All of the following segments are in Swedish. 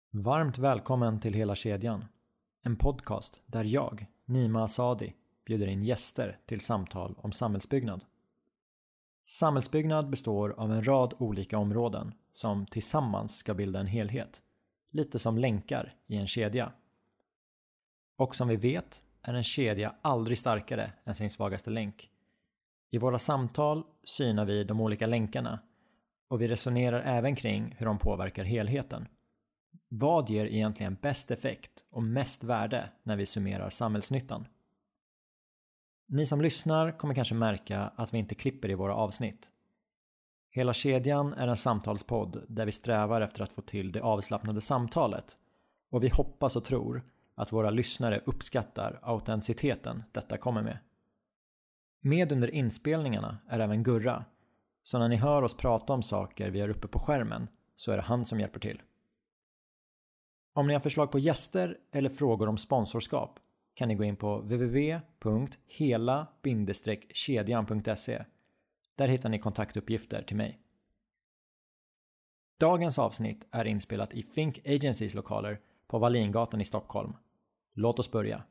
Varmt välkommen till Hela kedjan. En podcast där jag, Nima Asadi, bjuder in gäster till samtal om samhällsbyggnad. Samhällsbyggnad består av en rad olika områden som tillsammans ska bilda en helhet. Lite som länkar i en kedja. Och som vi vet är en kedja aldrig starkare än sin svagaste länk. I våra samtal synar vi de olika länkarna och vi resonerar även kring hur de påverkar helheten. Vad ger egentligen bäst effekt och mest värde när vi summerar samhällsnyttan? Ni som lyssnar kommer kanske märka att vi inte klipper i våra avsnitt. Hela kedjan är en samtalspodd där vi strävar efter att få till det avslappnade samtalet och vi hoppas och tror att våra lyssnare uppskattar autenticiteten detta kommer med. Med under inspelningarna är även Gurra, så när ni hör oss prata om saker vi har uppe på skärmen så är det han som hjälper till. Om ni har förslag på gäster eller frågor om sponsorskap kan ni gå in på www.hela-kedjan.se. Där hittar ni kontaktuppgifter till mig. Dagens avsnitt är inspelat i Think Agencys lokaler på Wallingatan i Stockholm. Låt oss börja.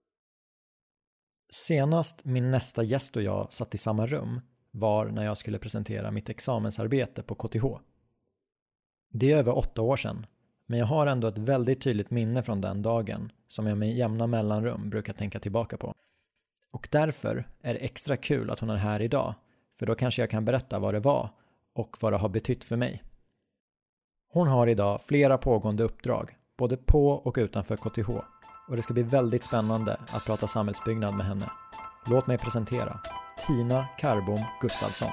Senast min nästa gäst och jag satt i samma rum var när jag skulle presentera mitt examensarbete på KTH. Det är över 8 år sedan. Men jag har ändå ett väldigt tydligt minne från den dagen som jag med jämna mellanrum brukar tänka tillbaka på. Och därför är det extra kul att hon är här idag, för då kanske jag kan berätta vad det var och vad det har betytt för mig. Hon har idag flera pågående uppdrag, både på och utanför KTH, och det ska bli väldigt spännande att prata samhällsbyggnad med henne. Låt mig presentera Tina Karbom Gustafsson.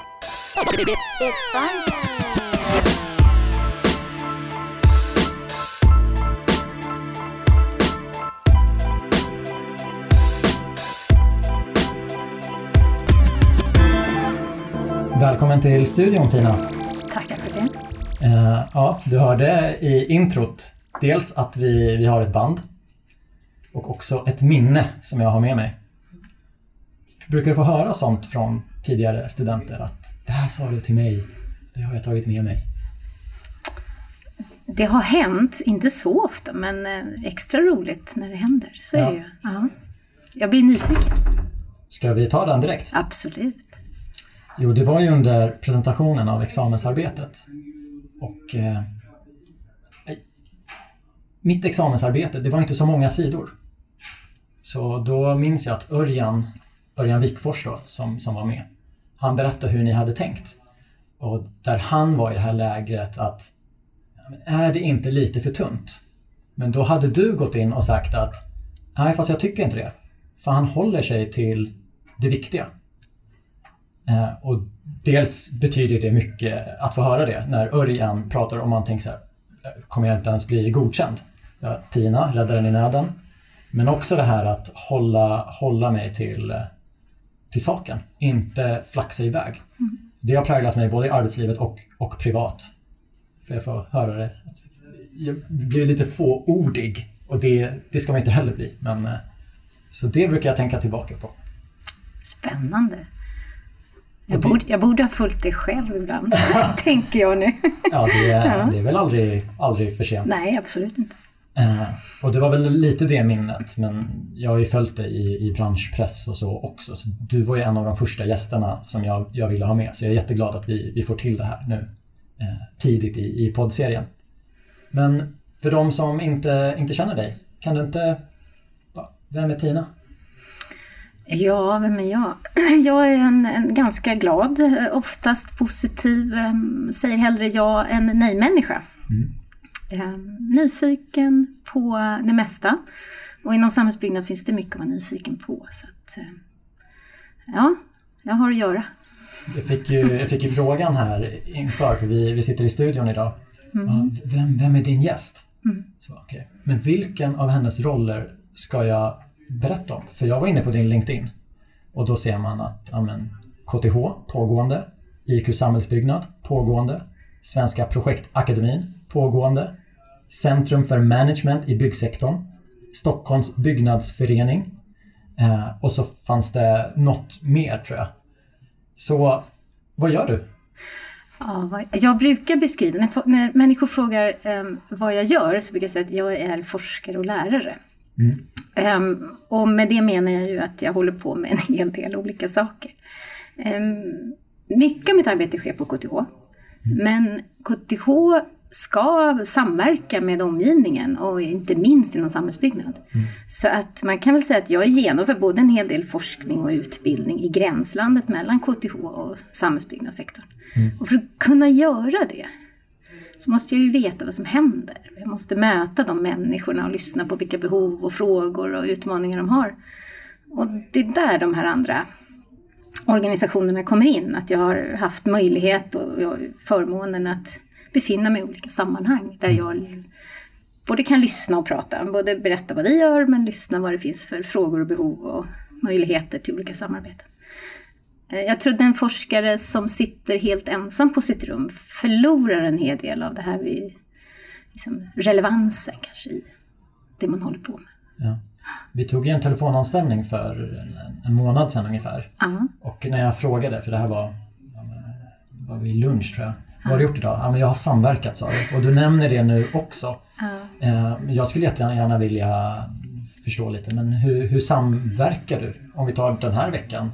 Välkommen till studion, Tina. Tackar för det. Ja, du hörde i introt dels att vi har ett band och också ett minne som jag har med mig. Brukar du få höra sånt från tidigare studenter att det här sa du till mig, det har jag tagit med mig? Det har hänt, inte så ofta, men extra roligt när det händer. Så är det ju. Ja. Jag blir nyfiken. Ska vi ta den direkt? Absolut. Jo, det var ju under presentationen av examensarbetet. Och mitt examensarbete, det var inte så många sidor. Så då minns jag att Örjan Wikfors då, som var med, han berättade hur ni hade tänkt. Och där han var i det här lägret att är det inte lite för tunt? Men då hade du gått in och sagt att nej, fast jag tycker inte det. För han håller sig till det viktiga. Och dels betyder det mycket att få höra det när Örjan pratar om man tänker så här, kommer jag inte ens bli godkänd? Ja, Tina, räddaren i nöden. Men också det här att hålla mig till saken, inte flaxa iväg. Det har präglat mig både i arbetslivet och privat. För jag får höra det. Jag blir lite fåordig och det ska man inte heller bli. Men, så det brukar jag tänka tillbaka på. Spännande. Jag borde ha följt det själv ibland, tänker jag nu. Ja, det är väl aldrig för sent. Nej, absolut inte. Och det var väl lite det minnet, men jag har ju följt det i branschpress och så också. Så du var ju en av de första gästerna som jag ville ha med. Så jag är jätteglad att vi får till det här nu tidigt i poddserien. Men för de som inte känner dig, kan du inte... Vem är Tina? Ja, vem är jag? Jag är en ganska glad, oftast positiv, säger hellre ja än nej-människa. Nyfiken på det mesta. Och inom samhällsbyggnad finns det mycket att vara nyfiken på. Så att, ja, jag har att göra. Jag fick ju frågan här inför, för vi sitter i studion idag. Vem är din gäst? Så, okay. Men vilken av hennes roller ska jag berätta om? För jag var inne på din LinkedIn och då ser man att KTH pågående, IQ samhällsbyggnad pågående, Svenska projektakademin pågående, Centrum för management i byggsektorn, Stockholms byggnadsförening och så fanns det något mer, tror jag. Så vad gör du? Ja, jag brukar beskriva, när människor frågar vad jag gör, så brukar jag säga att jag är forskare och lärare. Och med det menar jag ju att jag håller på med en hel del olika saker. Mycket av mitt arbete sker på KTH. Men KTH ska samverka med omgivningen och inte minst inom samhällsbyggnad. Så att man kan väl säga att jag genomför både en hel del forskning och utbildning i gränslandet mellan KTH och samhällsbyggnadssektorn. Och för att kunna göra det så måste jag ju veta vad som händer. Jag måste möta de människorna och lyssna på vilka behov och frågor och utmaningar de har. Och det är där de här andra organisationerna kommer in. Att jag har haft möjlighet och jag har förmånen att befinna mig i olika sammanhang där jag både kan lyssna och prata, både berätta vad vi gör men lyssna vad det finns för frågor och behov och möjligheter till olika samarbeten. Jag tror att den forskare som sitter helt ensam på sitt rum förlorar en hel del av det här liksom relevansen kanske i det man håller på med. Ja. Vi tog en telefonanställning för en månad sedan ungefär. Och när jag frågade, för det här var vid lunch tror jag. Vad har du gjort idag? Ja, men jag har samverkat, sa du. Och du nämner det nu också. Jag skulle jättegärna vilja förstå lite, men hur samverkar du? Om vi tar den här veckan.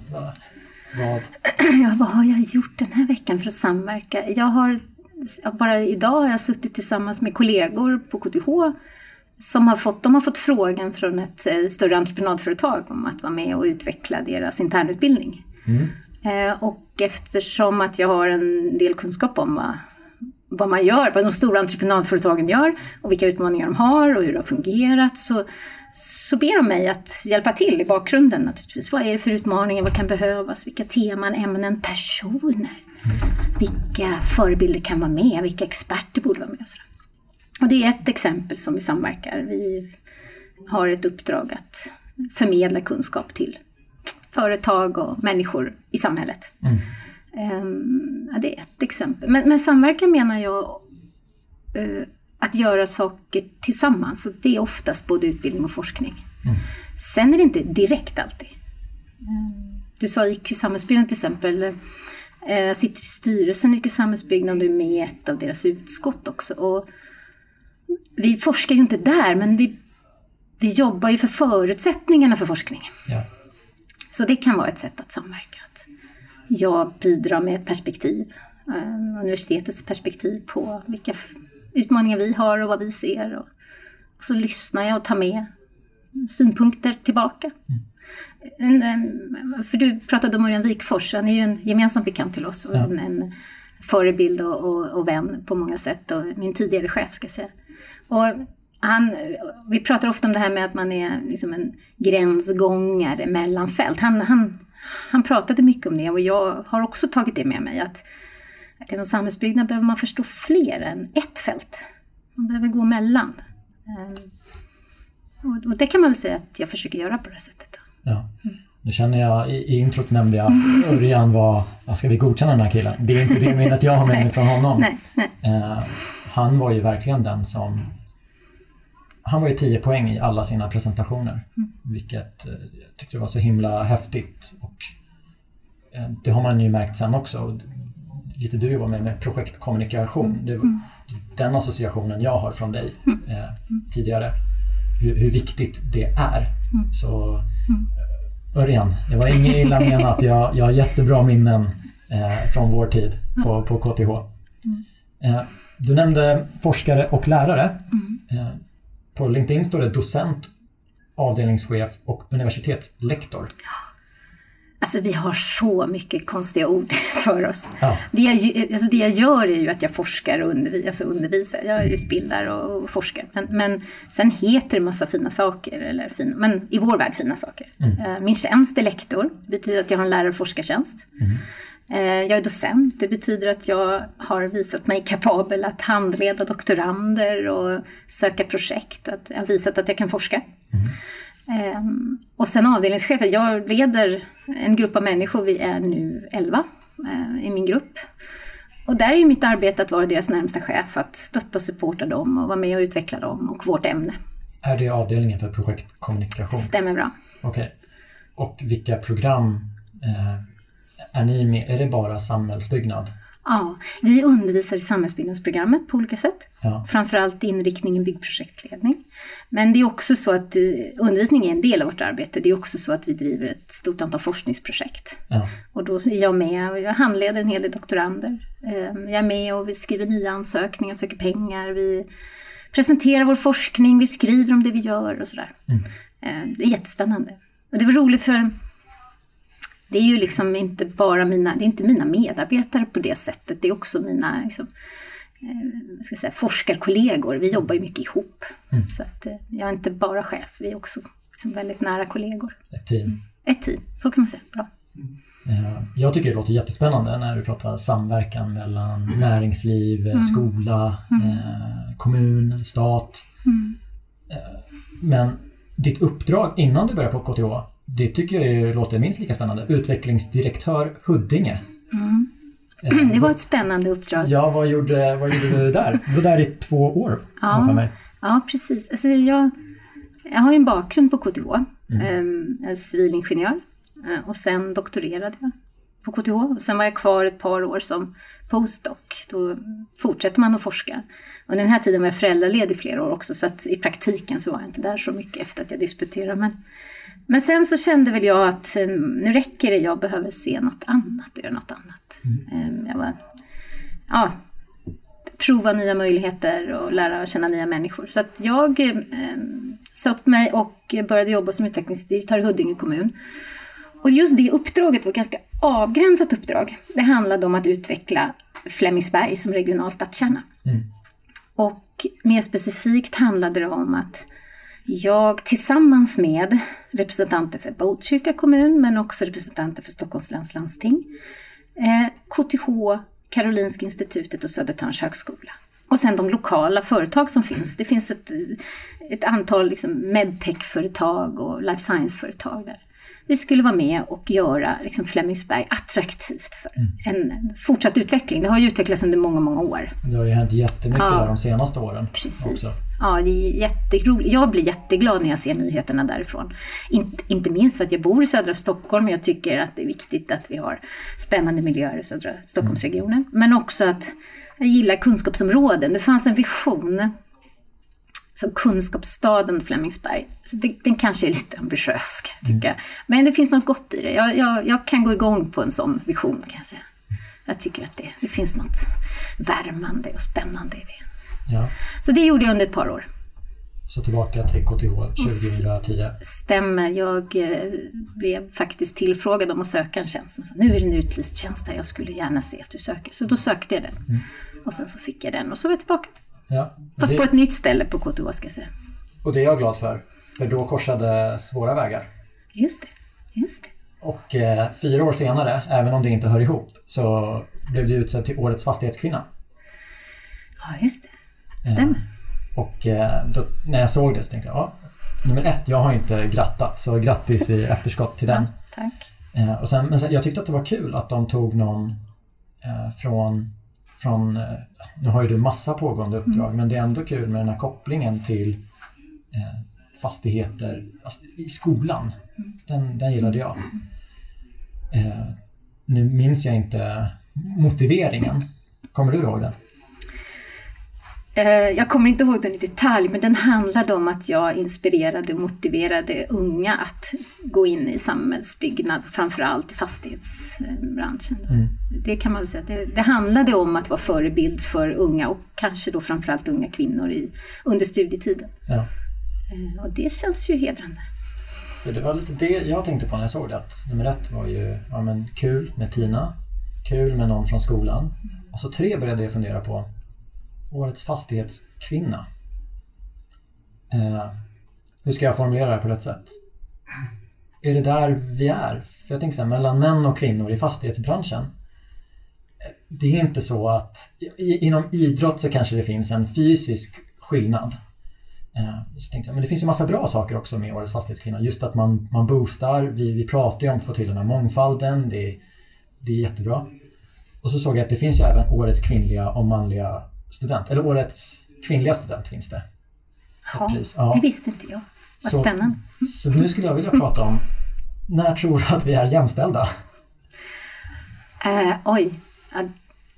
Vad har jag gjort den här veckan för att samverka? Bara idag har jag suttit tillsammans med kollegor på KTH de har fått frågan från ett större entreprenadföretag om att vara med och utveckla deras internutbildning. Och eftersom att jag har en del kunskap om vad man gör, vad de stora entreprenadföretagen gör och vilka utmaningar de har och hur det har fungerat, så ber de mig att hjälpa till i bakgrunden naturligtvis. Vad är det för utmaningar, vad kan behövas, vilka teman, ämnen, personer, vilka förebilder kan vara med, vilka experter borde vara med och sådär. Och det är ett exempel som vi samverkar. Vi har ett uppdrag att förmedla kunskap till företag och människor i samhället. Det är ett exempel. Men samverkan menar jag att göra saker tillsammans. Och det är oftast både utbildning och forskning. Sen är det inte direkt alltid. Du sa IQ Samhällsbyggnad till exempel. Jag sitter i styrelsen i IQ Samhällsbyggnad och är med i ett av deras utskott också. Och vi forskar ju inte där, men vi jobbar ju för förutsättningarna för forskning. Ja. Så det kan vara ett sätt att samverka. Jag bidrar med ett perspektiv, universitetets perspektiv på vilka utmaningar vi har och vad vi ser. Och så lyssnar jag och tar med synpunkter tillbaka. För du pratade om Örjan Wikforss, han är ju en gemensam bekant till oss och en förebild och vän på många sätt och min tidigare chef ska jag säga. Och vi pratar ofta om det här med att man är liksom en gränsgångare mellan fält. Han pratade mycket om det och jag har också tagit det med mig att inom samhällsbyggnad behöver man förstå fler än ett fält. Man behöver gå mellan. Och det kan man väl säga att jag försöker göra på det sättet. Ja. Nu känner jag, i introt nämnde jag att Örjan var, ska vi godkänna den här killen? Det är inte det minnet jag har med mig från honom. Nej. Han var ju verkligen den som, han var ju 10 poäng i alla sina presentationer. Vilket jag tyckte var så himla häftigt. Och det har man ju märkt sen också. Lite du var med projektkommunikation. Det var den associationen jag har från dig tidigare. Hur viktigt det är. Så Örjan, det var inget illa menat. Jag har jättebra minnen från vår tid på KTH. Du nämnde forskare och lärare. På LinkedIn står det docent, avdelningschef och universitetslektor. Alltså vi har så mycket konstiga ord för oss. Ja. Det jag gör är ju att jag forskar och undervisar. Jag utbildar och forskar. Men sen heter det massa fina saker. Men i vår värld fina saker. Min tjänst är lektor. Det betyder att jag har en lärar- och forskartjänst. Jag är docent. Det betyder att jag har visat mig kapabel att handleda doktorander och söka projekt. Att jag har visat att jag kan forska. Och sen avdelningschef, jag leder en grupp av människor, vi är nu 11 i min grupp. Och där är ju mitt arbete att vara deras närmsta chef, att stötta och supporta dem och vara med och utveckla dem och vårt ämne. Är det avdelningen för projektkommunikation? Stämmer bra. Okej. Och vilka program är ni med? Är det bara samhällsbyggnad? Ja, vi undervisar i samhällsbyggnadsprogrammet på olika sätt. Ja. Framförallt inriktningen byggprojektledning. Men det är också så att undervisning är en del av vårt arbete. Det är också så att vi driver ett stort antal forskningsprojekt. Ja. Och då är jag med och jag handleder en hel del doktorander. Jag är med och vi skriver nya ansökningar, söker pengar. Vi presenterar vår forskning, vi skriver om det vi gör och sådär. Det är jättespännande. Och det var roligt för det är ju liksom inte bara det är inte mina medarbetare på det sättet. Det är också mina liksom, forskarkollegor. Vi jobbar ju mycket ihop. Så att jag är inte bara chef, vi är också liksom väldigt nära kollegor. Ett team. Ett team, så kan man säga. Bra. Jag tycker det låter jättespännande när du pratar samverkan mellan näringsliv, skola, kommun, stat. Men ditt uppdrag innan du började på KTH, det tycker jag låter minst lika spännande. Utvecklingsdirektör Huddinge. Det var ett spännande uppdrag. Ja, vad gjorde du där? Du var där i 2 år. För mig. Ja, precis. Alltså jag har ju en bakgrund på KTH. Jag är civilingenjör. Och sen doktorerade jag på KTH. Och sen var jag kvar ett par år som postdoc. Då fortsätter man att forska. Och den här tiden var jag föräldraledig flera år också. Så att i praktiken så var jag inte där så mycket efter att jag disputerade. Men sen så kände väl jag att nu räcker det. Jag behöver se något annat och göra något annat. Prova nya möjligheter och lära känna nya människor. Så att jag sa upp mig och började jobba som utvecklingsdirektör i Huddinge kommun. Och just det uppdraget var ett ganska avgränsat uppdrag. Det handlade om att utveckla Flemingsberg som regional stadskärna. Och mer specifikt handlade det om att jag tillsammans med representanter för Botkyrka kommun men också representanter för Stockholms läns landsting, KTH, Karolinska institutet och Södertörns högskola. Och sen de lokala företag som finns. Det finns ett antal liksom medtech-företag och life science-företag där. Vi skulle vara med och göra liksom Flemingsberg attraktivt för en fortsatt utveckling. Det har ju utvecklats under många, många år. Det har ju hänt jättemycket där de senaste åren. Precis. Också. Ja, det är jätteroligt. Jag blir jätteglad när jag ser nyheterna därifrån. Inte minst för att jag bor i södra Stockholm, men jag tycker att det är viktigt att vi har spännande miljöer i södra Stockholmsregionen. Men också att jag gillar kunskapsområden. Det fanns en vision som kunskapsstaden Flemingsberg. Så den kanske är lite ambitiös, kan jag tycka. Men det finns något gott i det. Jag kan gå igång på en sån vision, kan jag säga. Jag tycker att det finns något värmande och spännande i det. Ja. Så det gjorde jag under ett par år. Så tillbaka till KTH 2010. Stämmer. Jag blev faktiskt tillfrågad om att söka en tjänst. Så nu är det en utlyst tjänst där, jag skulle gärna se att du söker. Så då sökte jag den. Och sen så fick jag den och så var jag tillbaka. Ja, fast på ett nytt ställe på KTH, ska jag säga. Och det är jag glad för då korsade svåra vägar. Just det. Och 4 år senare, även om det inte hör ihop, så blev du utsedd till årets fastighetskvinna. Ja, just det. Stämmer. Och då, när jag såg det så tänkte jag, nummer 1, jag har inte grattat, så grattis i efterskott till den. Ja, tack. Och men jag tyckte att det var kul att de tog någon från nu har ju du massa pågående uppdrag, men det är ändå kul med den här kopplingen till fastigheter alltså, i skolan. Den gillade jag. Nu minns jag inte motiveringen. Kommer du ihåg den? Jag kommer inte ihåg den i detalj, men den handlade om att jag inspirerade och motiverade unga att gå in i samhällsbyggnad, framförallt i fastighetsbranschen. Det kan man väl säga. Det handlade om att vara förebild för unga och kanske då framförallt unga kvinnor under studietiden. Ja. Och det känns ju hedrande. Det var lite det jag tänkte på när jag såg det. Att nummer 1 var ju kul med Tina, kul med någon från skolan. Och så 3 började jag fundera på årets fastighetskvinna. Hur ska jag formulera det här på rätt sätt? Är det där vi är? För jag tänker så här, mellan män och kvinnor i fastighetsbranschen. Det är inte så att inom idrott så kanske det finns en fysisk skillnad. Så tänkte jag, men det finns ju massa bra saker också med årets fastighetskvinna. Just att man boostar, vi pratar ju om att få till den här mångfalden. Det är jättebra. Och så såg jag att det finns ju även årets kvinnliga och manliga student. Eller årets kvinnliga student finns det. Ja, det visste inte jag. Vad spännande. Så nu skulle jag vilja prata om när tror du att vi är jämställda?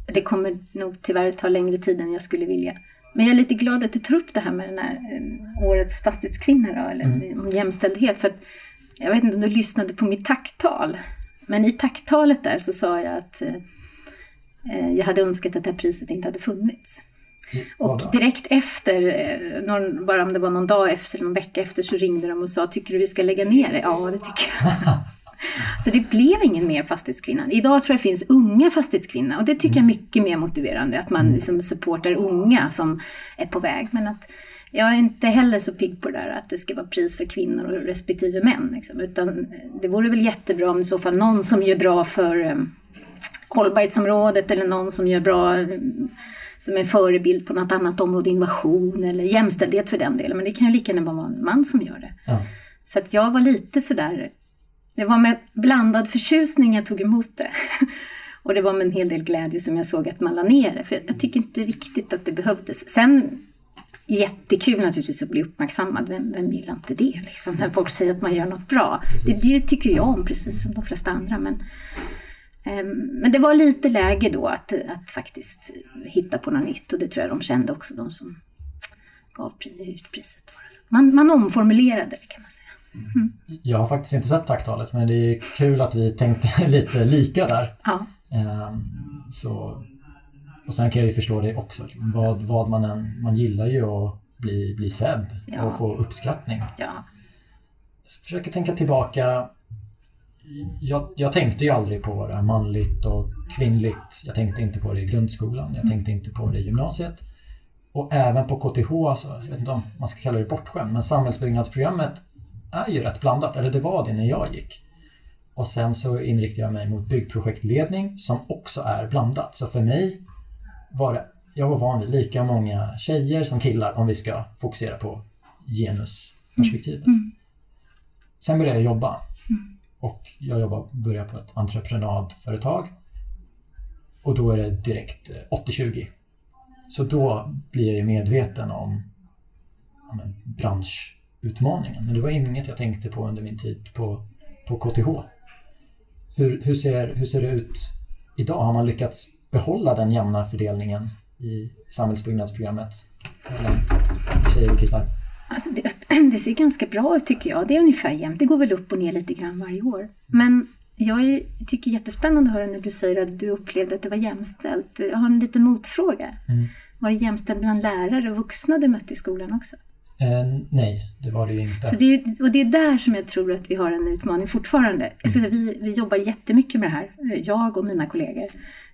det kommer nog tyvärr ta längre tid än jag skulle vilja. Men jag är lite glad att du tar upp det här med den här årets fastighetskvinna då, eller om jämställdhet. För att, jag vet inte om du lyssnade på mitt tacktal. Men i tacktalet där så sa jag att jag hade önskat att det här priset inte hade funnits. Och direkt efter, bara om det var någon dag efter eller någon vecka efter, så ringde de och sa, tycker du vi ska lägga ner det? Ja, det tycker jag. Så det blev ingen mer fastighetskvinna. Idag tror jag det finns unga fastighetskvinnor. Och det tycker jag är mycket mer motiverande. Att man liksom supportar unga som är på väg. Men att jag är inte heller så pigg på det där att det ska vara pris för kvinnor och respektive män. Liksom. Utan det vore väl jättebra om i så fall någon som gör bra för hållbarhetsområdet. Eller någon som gör bra som en förebild på något annat område. Innovation eller jämställdhet för den delen. Men det kan ju lika gärna vara en man som gör det. Ja. Så att jag var lite sådär... Det var med blandad förtjusning jag tog emot det. Och det var med en hel del glädje som jag såg att man la ner det. För jag tycker inte riktigt att det behövdes. Sen jättekul naturligtvis att bli uppmärksammad. Vem gillar inte det? Liksom, när folk säger att man gör något bra. Det tycker jag om, precis som de flesta andra. Men det var lite läge då att faktiskt hitta på något nytt. Och det tror jag de kände också, de som gav ut priset. Man omformulerade det, kan man säga. Mm. Jag har faktiskt inte sett tacktalet, men det är kul att vi tänkte lite lika där. Ja. Och sen kan jag ju förstå det också. Vad man gillar ju att bli sedd och få uppskattning. Ja. Jag försöker tänka tillbaka. Jag tänkte ju aldrig på det här manligt och kvinnligt. Jag tänkte inte på det i grundskolan. Jag tänkte inte på det i gymnasiet. Och även på KTH, så, jag vet inte om man ska kalla det bortskämt, men samhällsbyggnadsprogrammet är ju rätt blandat, eller det var det när jag gick. Och sen så inriktade jag mig mot byggprojektledning som också är blandat. Så för mig jag var van vid lika många tjejer som killar om vi ska fokusera på genusperspektivet. Sen började jag jobba. Och jag började på ett entreprenadföretag. Och då är det direkt 80-20. Så då blir jag ju medveten om branschutmaningen. Men det var inget jag tänkte på under min tid på KTH. Hur ser det ut idag? Har man lyckats behålla den jämna fördelningen i samhällsbyggnadsprogrammet mellan tjejer och killar? Alltså det ser ganska bra ut, tycker jag. Det är ungefär jämnt. Det går väl upp och ner lite grann varje år. Men jag tycker jättespännande att höra när du säger att du upplevde att det var jämställt. Jag har en liten motfråga. Var det jämställt bland lärare och vuxna du mötte i skolan också? Nej, det var det ju inte. Så det är där som jag tror att vi har en utmaning fortfarande. Vi jobbar jättemycket med det här, jag och mina kollegor.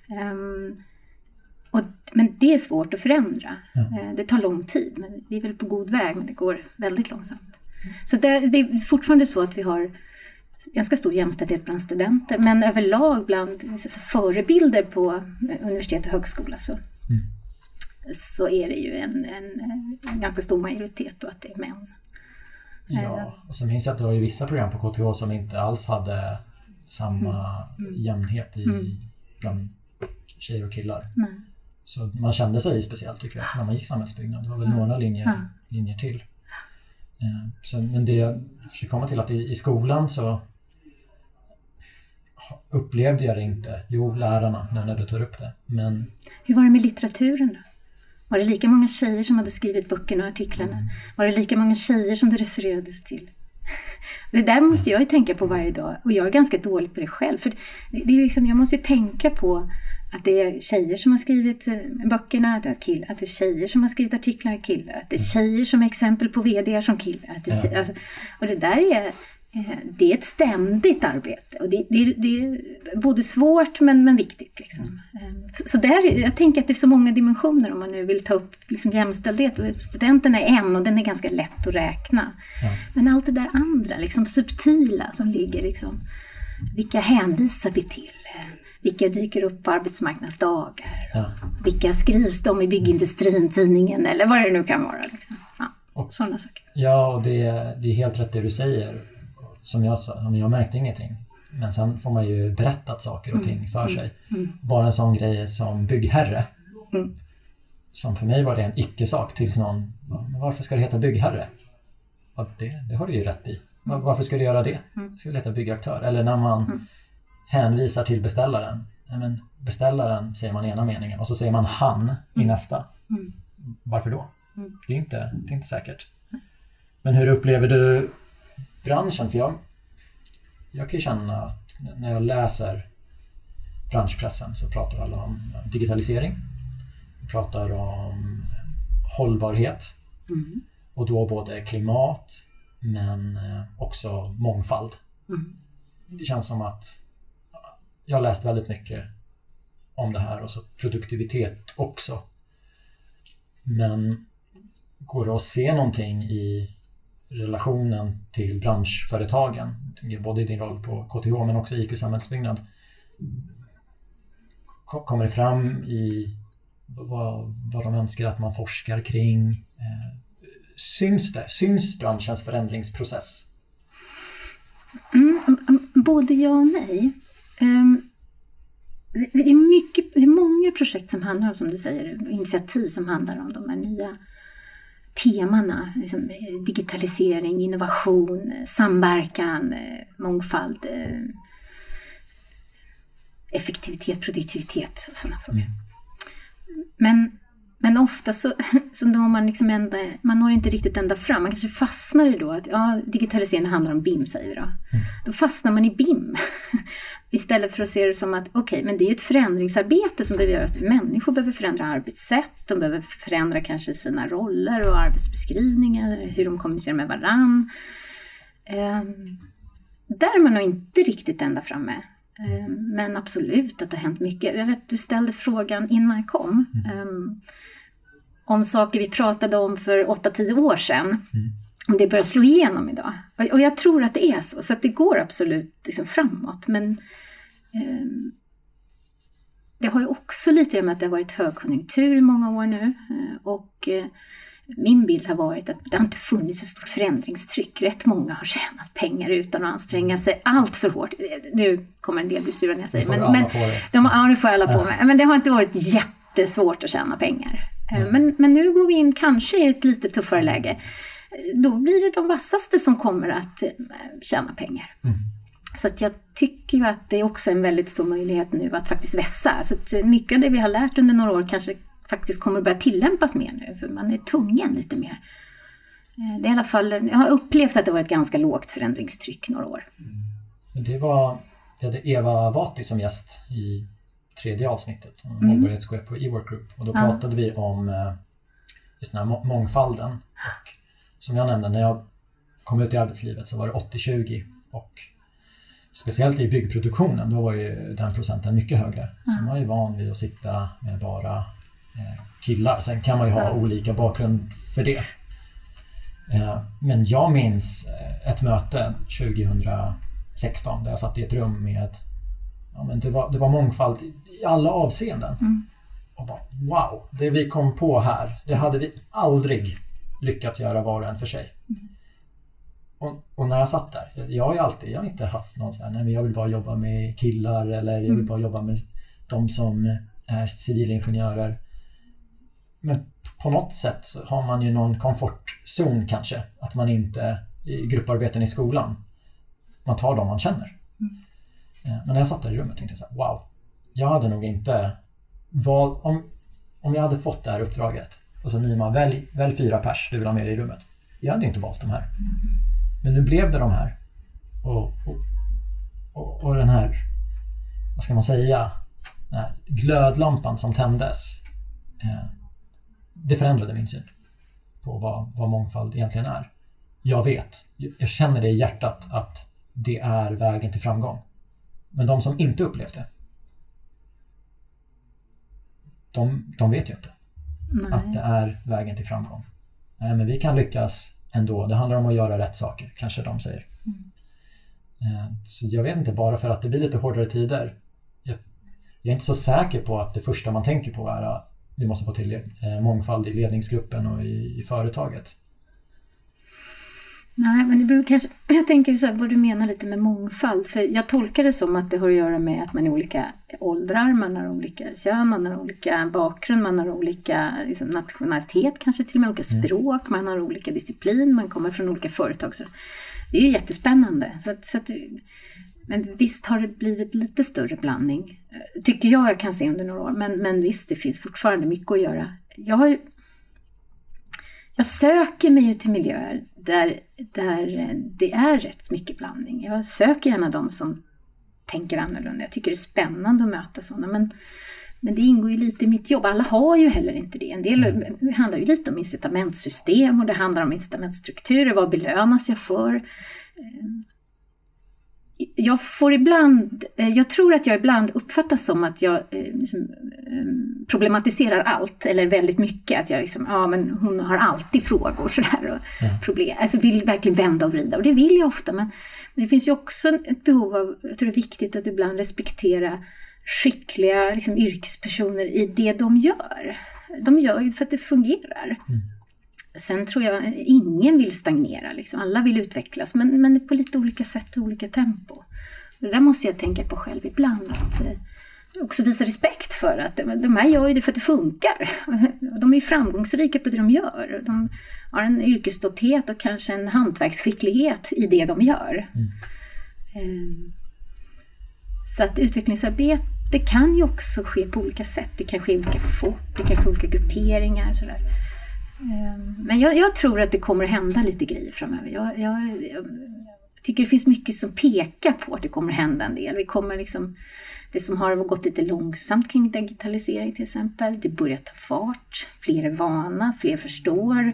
Men det är svårt att förändra. Det tar lång tid, men vi är väl på god väg, men det går väldigt långsamt. Så det är fortfarande så att vi har ganska stor jämställdhet bland studenter, men överlag bland förebilder på universitet och högskola så är det ju en ganska stor majoritet då att det är män. Ja, och så minns jag att det var ju vissa program på KTH som inte alls hade samma jämnhet bland tjejer och killar. Nej. Så man kände sig speciellt, tycker jag, när man gick samhällsbyggnad. Det var väl några linjer till. Men det jag försöker komma till att i skolan så upplevde jag det inte. Jo, lärarna, när du tar upp det. Men... Hur var det med litteraturen då? Var det lika många tjejer som hade skrivit böckerna och artiklarna? Var det lika många tjejer som det refererades till? Det där måste jag ju tänka på varje dag. Och jag är ganska dålig på det själv. För det är liksom, jag måste ju tänka på att det är tjejer som har skrivit böckerna, att det är tjejer som har skrivit artiklar och killar. Att det är tjejer som är exempel på vd:ar som killar. Att det är tjejer, alltså, och det där det är ett ständigt arbete. Och det är både svårt men viktigt. Liksom. Så där, jag tänker att det är så många dimensioner om man nu vill ta upp liksom jämställdhet. Och studenterna är en och den är ganska lätt att räkna. Ja. Men allt det där andra, liksom subtila som ligger, liksom, vilka hänvisar vi till? Vilka dyker upp på arbetsmarknadsdagar? Ja. Vilka skrivs de i byggindustrin-tidningen? Eller vad det nu kan vara. Liksom. Ja, och sådana saker. Ja, och det är helt rätt det du säger. Som jag sa, jag märkte ingenting. Men sen får man ju berättat saker och ting för sig. Bara en sån grej som byggherre. Som för mig var det en icke-sak tills någon, varför ska det heta byggherre? Ja, det har du ju rätt i. Varför ska du göra det? Ska du heta byggaktör? Eller när man hänvisar till beställaren. men beställaren säger man i ena meningen och så säger man han i nästa. Varför då? Det är inte säkert. Men hur upplever du branschen? För jag kan ju känna att när jag läser branschpressen så pratar alla om digitalisering. De pratar om hållbarhet. Och då både klimat men också mångfald. Det känns som att jag har läst väldigt mycket om det här och så produktivitet också. Men går det att se någonting i relationen till branschföretagen, både i din roll på KTH men också i IQ Samhällsbyggnad, kommer det fram i vad de önskar att man forskar kring? Syns branschens förändringsprocess? Både ja och nej. Det är många projekt som handlar om, som du säger, initiativ som handlar om de här nya temana, liksom digitalisering, innovation, samverkan, mångfald, effektivitet, produktivitet och sådana frågor. Men ofta så når man liksom man når inte riktigt ända fram. Man kanske fastnar i då att digitalisering handlar om BIM, säger vi då. Då fastnar man i BIM. Istället för att se det som att men det är ett förändringsarbete som behöver göras. Människor behöver förändra arbetssätt, de behöver förändra kanske sina roller och arbetsbeskrivningar, hur de kommunicerar med varann. Där är man nog inte riktigt ända framme. Men absolut att det har hänt mycket. Jag vet, du ställde frågan innan jag kom om saker vi pratade om för 8-10 år sedan. Om det börjar slå igenom idag. Och jag tror att det är så. Så att det går absolut liksom framåt. Men det har ju också lite att göra med att det har varit högkonjunktur i många år nu. Och min bild har varit att det har inte funnits så stort förändringstryck. Rätt många har tjänat pengar utan att anstränga sig allt för hårt. Nu kommer en del bli sura när jag säger. Nu får alla på mig. Men det har inte varit jättesvårt att tjäna pengar. Men nu går vi in kanske i ett lite tuffare läge. Då blir det de vassaste som kommer att tjäna pengar. Så att jag tycker ju att det är också en väldigt stor möjlighet nu att faktiskt vässa. Så att mycket av det vi har lärt under några år kanske faktiskt kommer att börja tillämpas mer nu. För man är tvungen lite mer. Det är i alla fall, jag har upplevt att det var ett ganska lågt förändringstryck några år. Vi hade Eva Vati som gäst i 3:e avsnittet. Hållbarhetschef på eWork Group. Och då pratade vi om just den här mångfalden. Och som jag nämnde, när jag kom ut i arbetslivet så var det 80-20. Och speciellt i byggproduktionen, då var ju den procenten mycket högre. Så man är ju van vid att sitta med bara killar. Sen kan man ju ha olika bakgrund för det. Men jag minns ett möte 2016 där jag satt i ett rum med det var mångfald i alla avseenden. Och bara, wow, det vi kom på här, det hade vi aldrig lyckats göra var och en för sig. Och när jag satt där, jag har inte haft någon sån här, nej men jag vill bara jobba med killar eller jag vill bara jobba med de som är civilingenjörer. Men på något sätt så har man ju någon komfortzon kanske, att man inte i grupparbeten i skolan, man tar dem man känner. Men när jag satt där i rummet tänkte jag så här, wow, jag hade nog inte om jag hade fått det här uppdraget och så Nima, välj 4 pers du vill ha med i rummet. Jag hade inte valt de här. Men nu blev det de här. Och den här, vad ska man säga, den här glödlampan som tändes, det förändrade min syn på vad mångfald egentligen är. Jag känner det i hjärtat att det är vägen till framgång. Men de som inte upplevt det, de vet ju inte att det är vägen till framgång. Men vi kan lyckas ändå. Det handlar om att göra rätt saker, kanske de säger. Så jag vet inte, bara för att det blir lite hårdare tider. Jag är inte så säker på att det första man tänker på är att vi måste få till mångfald i ledningsgruppen och i företaget. Nej, men det beror kanske, jag tänker så här, vad du menar lite med mångfald. För jag tolkar det som att det har att göra med att man är olika åldrar, man har olika kön, man har olika bakgrund, man har olika liksom, nationalitet, kanske till och med olika språk, man har olika disciplin, man kommer från olika företag. Så det är ju jättespännande. Så att Men visst har det blivit lite större blandning. Tycker jag kan se under några år. Men visst, det finns fortfarande mycket att göra. Jag söker mig ju till miljöer där det är rätt mycket blandning. Jag söker gärna de som tänker annorlunda. Jag tycker det är spännande att möta sådana. Men det ingår ju lite i mitt jobb. Alla har ju heller inte det. En del handlar ju lite om incitamentsystem och det handlar om incitamentstrukturer. Vad belönas jag för? Jag tror att jag ibland uppfattas som att jag problematiserar allt eller väldigt mycket. Att jag men hon har alltid frågor sådär och problem. Alltså vill verkligen vända och vrida och det vill jag ofta. Men det finns ju också ett behov av, jag tror det är viktigt att ibland respektera skickliga yrkespersoner i det de gör. De gör ju för att det fungerar. Sen tror jag ingen vill stagnera. Alla vill utvecklas. Men på lite olika sätt och olika tempo. Och det där måste jag tänka på själv ibland. Att också visa respekt för att de här gör ju det för att det funkar. De är ju framgångsrika på det de gör. De har en yrkesstolthet och kanske en hantverksskicklighet i det de gör. Så att utvecklingsarbete kan ju också ske på olika sätt. Det kan ske olika fort, det kan ske olika grupperingar. Sådär. Men jag tror att det kommer att hända lite grejer framöver. Jag tycker det finns mycket som pekar på att det kommer att hända en del. Vi kommer det som har gått lite långsamt kring digitalisering till exempel. Det börjar ta fart. Fler är vana, fler förstår.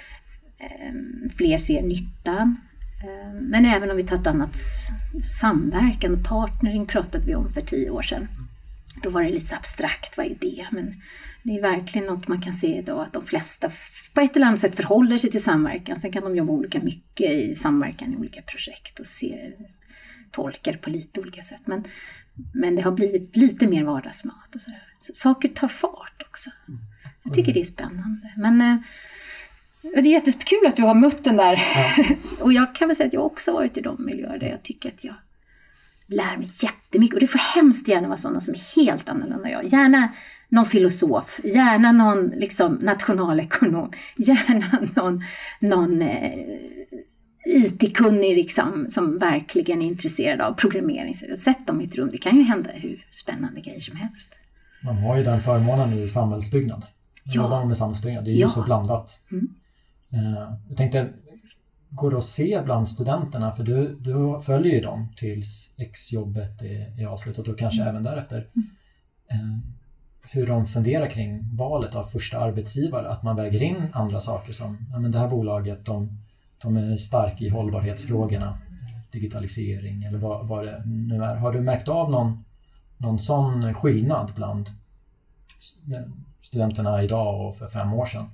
Fler ser nyttan. Men även om vi tar ett annat samverkan och partnering pratade vi om för 10 år sedan. Då var det lite så abstrakt, vad är det? Men det är verkligen något man kan se idag att de flesta på ett eller annat sätt förhåller sig till samverkan. Sen kan de jobba olika mycket i samverkan i olika projekt och tolkar på lite olika sätt. Men det har blivit lite mer vardagsmat och sådär. Så saker tar fart också. Jag tycker det är spännande. Men det är jättekul att du har mött den där. Ja. Och jag kan väl säga att jag också varit i de miljöer där jag tycker att jag lär mig jättemycket. Och det får hemskt gärna vara sådana som är helt annorlunda jag. Gärna någon filosof, gärna någon nationalekonom, gärna någon IT-kunnig som verkligen är intresserad av programmering. Sätt dem i ett rum, det kan ju hända hur spännande grejer som helst. Man har ju den förmånen i samhällsbyggnad. Jobbar med samhällsbyggnad, det är ju så blandat. Jag tänkte, går det att se bland studenterna, för du följer ju dem tills exjobbet är avslutat och kanske även därefter. Hur de funderar kring valet av första arbetsgivare, att man väger in andra saker som men det här bolaget, de är starka i hållbarhetsfrågorna, digitalisering eller vad det nu är. Har du märkt av någon sån skillnad bland studenterna idag och för 5 år sedan?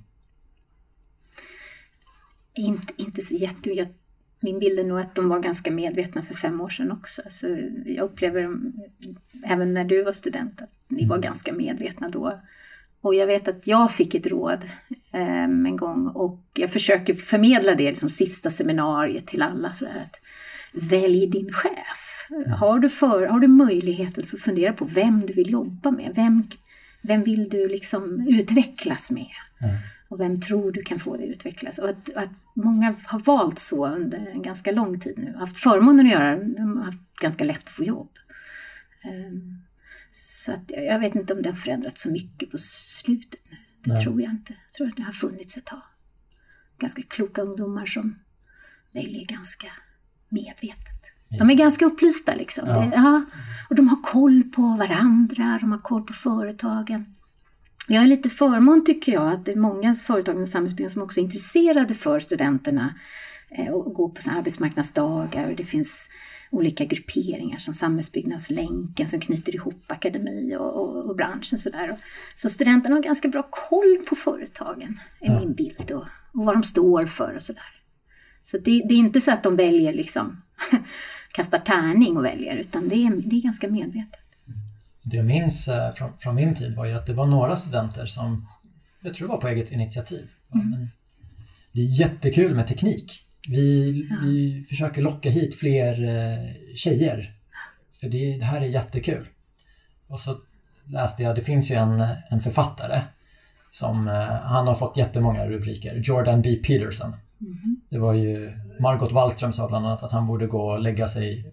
Inte så jättemycket. Min bild är nog att de var ganska medvetna för 5 år sedan också. Så jag upplever, även när du var student, att ni var ganska medvetna då. Och jag vet att jag fick ett råd en gång och jag försöker förmedla det sista seminariet till alla. Så att välj din chef. Har du möjligheten så fundera på vem du vill jobba med. Vem vill du utvecklas med? Och vem tror du kan få det utvecklas? Och att många har valt så under en ganska lång tid nu. Haft förmånen att göra, de har haft ganska lätt att få jobb. Så att jag vet inte om det har förändrats så mycket på slutet nu. Det tror jag inte. Jag tror att det har funnits ett tag. Ganska kloka ungdomar som väljer ganska medvetet. De är ganska upplysta och de har koll på varandra, de har koll på företagen. Jag är lite förmån tycker jag att det är många företag med samhällsbyggnad som också är intresserade för studenterna och går på såna arbetsmarknadsdagar och det finns olika grupperingar som Samhällsbyggnadslänken som knyter ihop akademi och branschen sådär. Så studenterna har ganska bra koll på företagen är min bild och vad de står för och sådär. Så det är inte så att de väljer kastar tärning och väljer utan det är ganska medvetet. Det jag minns från min tid var ju att det var några studenter som, jag tror det var på eget initiativ. Men det är jättekul med teknik. Vi försöker locka hit fler tjejer. För det här är jättekul. Och så läste jag, det finns ju en författare som han har fått jättemånga rubriker. Jordan B. Peterson. Det var ju Margot Wallström sa bland annat att han borde gå och lägga sig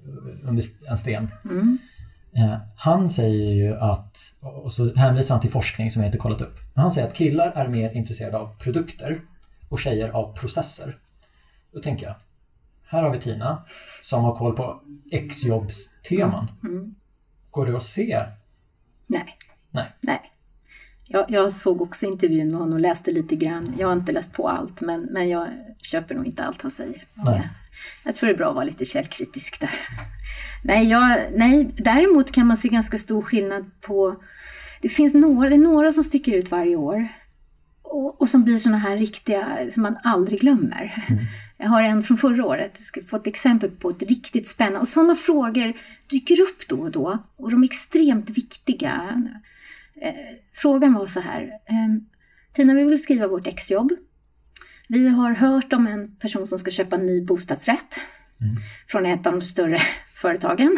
under en sten. Han säger ju att, och så hänvisar han till forskning som jag inte kollat upp. Men han säger att killar är mer intresserade av produkter och tjejer av processer. Då tänker jag, här har vi Tina som har koll på exjobbsteman. Går det att se? Nej. Jag såg också intervjun med honom och läste lite grann. Jag har inte läst på allt, men jag köper nog inte allt han säger. Jag tror det är bra att vara lite källkritisk där. Nej, däremot kan man se ganska stor skillnad på... Det är några som sticker ut varje år. Och som blir såna här riktiga som man aldrig glömmer. Jag har en från förra året. Du ska få ett exempel på ett riktigt spännande. Och sådana frågor dyker upp då och då. Och de är extremt viktiga. Frågan var så här. Tina, vi vill skriva vårt exjobb. Vi har hört om en person som ska köpa en ny bostadsrätt. Från ett av de större företagen.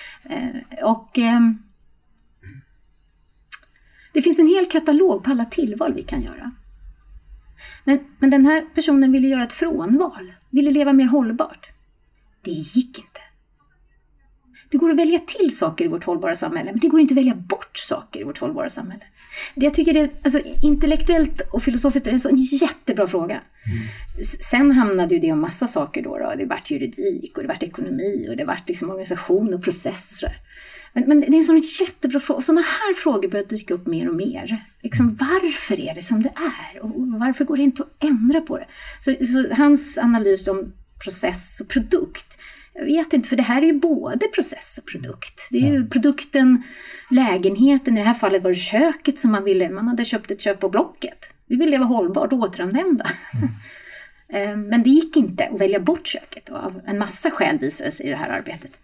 Det finns en hel katalog på alla tillval vi kan göra. Men den här personen ville göra ett frånval. Ville leva mer hållbart. Det gick inte. Det går att välja till saker i vårt hållbara samhälle. Men det går inte att välja bort saker i vårt hållbara samhälle. Jag tycker det är, alltså, intellektuellt och filosofiskt är det en jättebra fråga. Sen hamnade ju det om massa saker då. Det vart juridik och det vart ekonomi och det vart liksom organisation och process och sådär. Men det är en sån jättebra fråga. Sådana här frågor börjar dyka upp mer och mer. Liksom, varför är det som det är? Och varför går det inte att ändra på det? Så hans analys om process och produkt. Jag vet inte, för det här är ju både process och produkt. Det är ju produkten, lägenheten. I det här fallet var det köket som man hade köpt ett köp på Blocket. Vi ville leva hållbart och återanvända. Men det gick inte att välja bort köket. Och av en massa skäl visade sig i det här arbetet.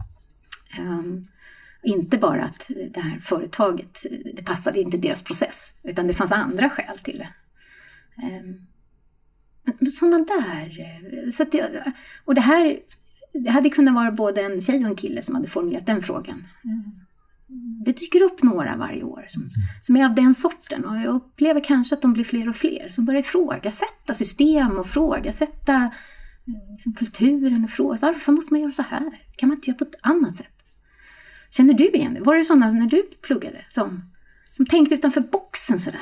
Inte bara att det här företaget, det passade inte deras process, utan det fanns andra skäl till det. Sådana där. Så att och det här, det hade kunnat vara både en tjej och en kille som hade formulerat den frågan. Det dyker upp några varje år som är av den sorten. Och jag upplever kanske att de blir fler och fler som börjar ifrågasätta system och ifrågasätta liksom kulturen och fråga varför måste man göra så här? Kan man inte göra på ett annat sätt? Känner du igen det? Var det sådana när du pluggade som tänkte utanför boxen sådär?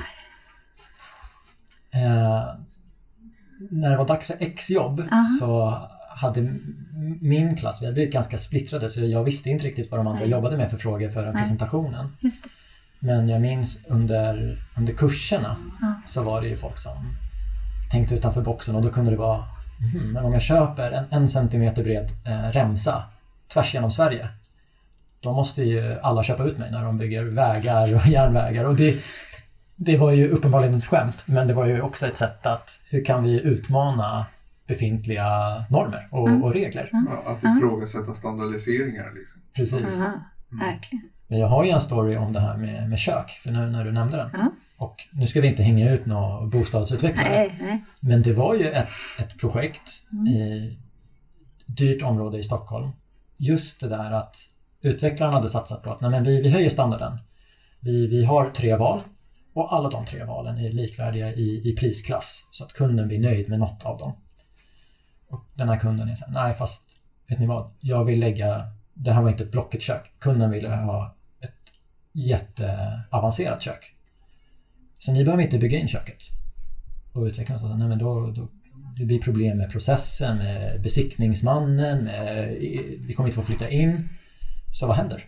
När det var dags för exjobb så hade min klass, vi hade blivit ganska splittrade så jag visste inte riktigt vad de andra jobbade med för frågor för presentationen. Just det. Men jag minns under kurserna så var det ju folk som tänkte utanför boxen och då kunde det vara men om jag köper en centimeter bred remsa tvärs genom Sverige, då måste ju alla köpa ut mig när de bygger vägar och järnvägar. Och det var ju uppenbarligen ett skämt, men det var ju också ett sätt att hur kan vi utmana befintliga normer och regler. Att ifrågasätta standardiseringar. Liksom. Precis. Verkligen. Men jag har ju en story om det här med kök, för nu när du nämnde den. Och nu ska vi inte hänga ut några bostadsutvecklare. Nej. Men det var ju ett projekt i dyrt område i Stockholm. Just det där att utvecklaren hade satsat på att vi höjer standarden. Vi har 3 val och alla de 3 valen är likvärdiga i prisklass så att kunden blir nöjd med något av dem. Och den här kunden är så här, nej fast vet ni vad, jag vill lägga, det här var inte ett Blocket-kök. Kunden ville ha ett jätteavancerat kök. Så ni behöver inte bygga in köket. Och utvecklaren sa, nej men då det blir problem med processen, med besiktningsmannen, vi kommer inte få flytta in. Så vad händer?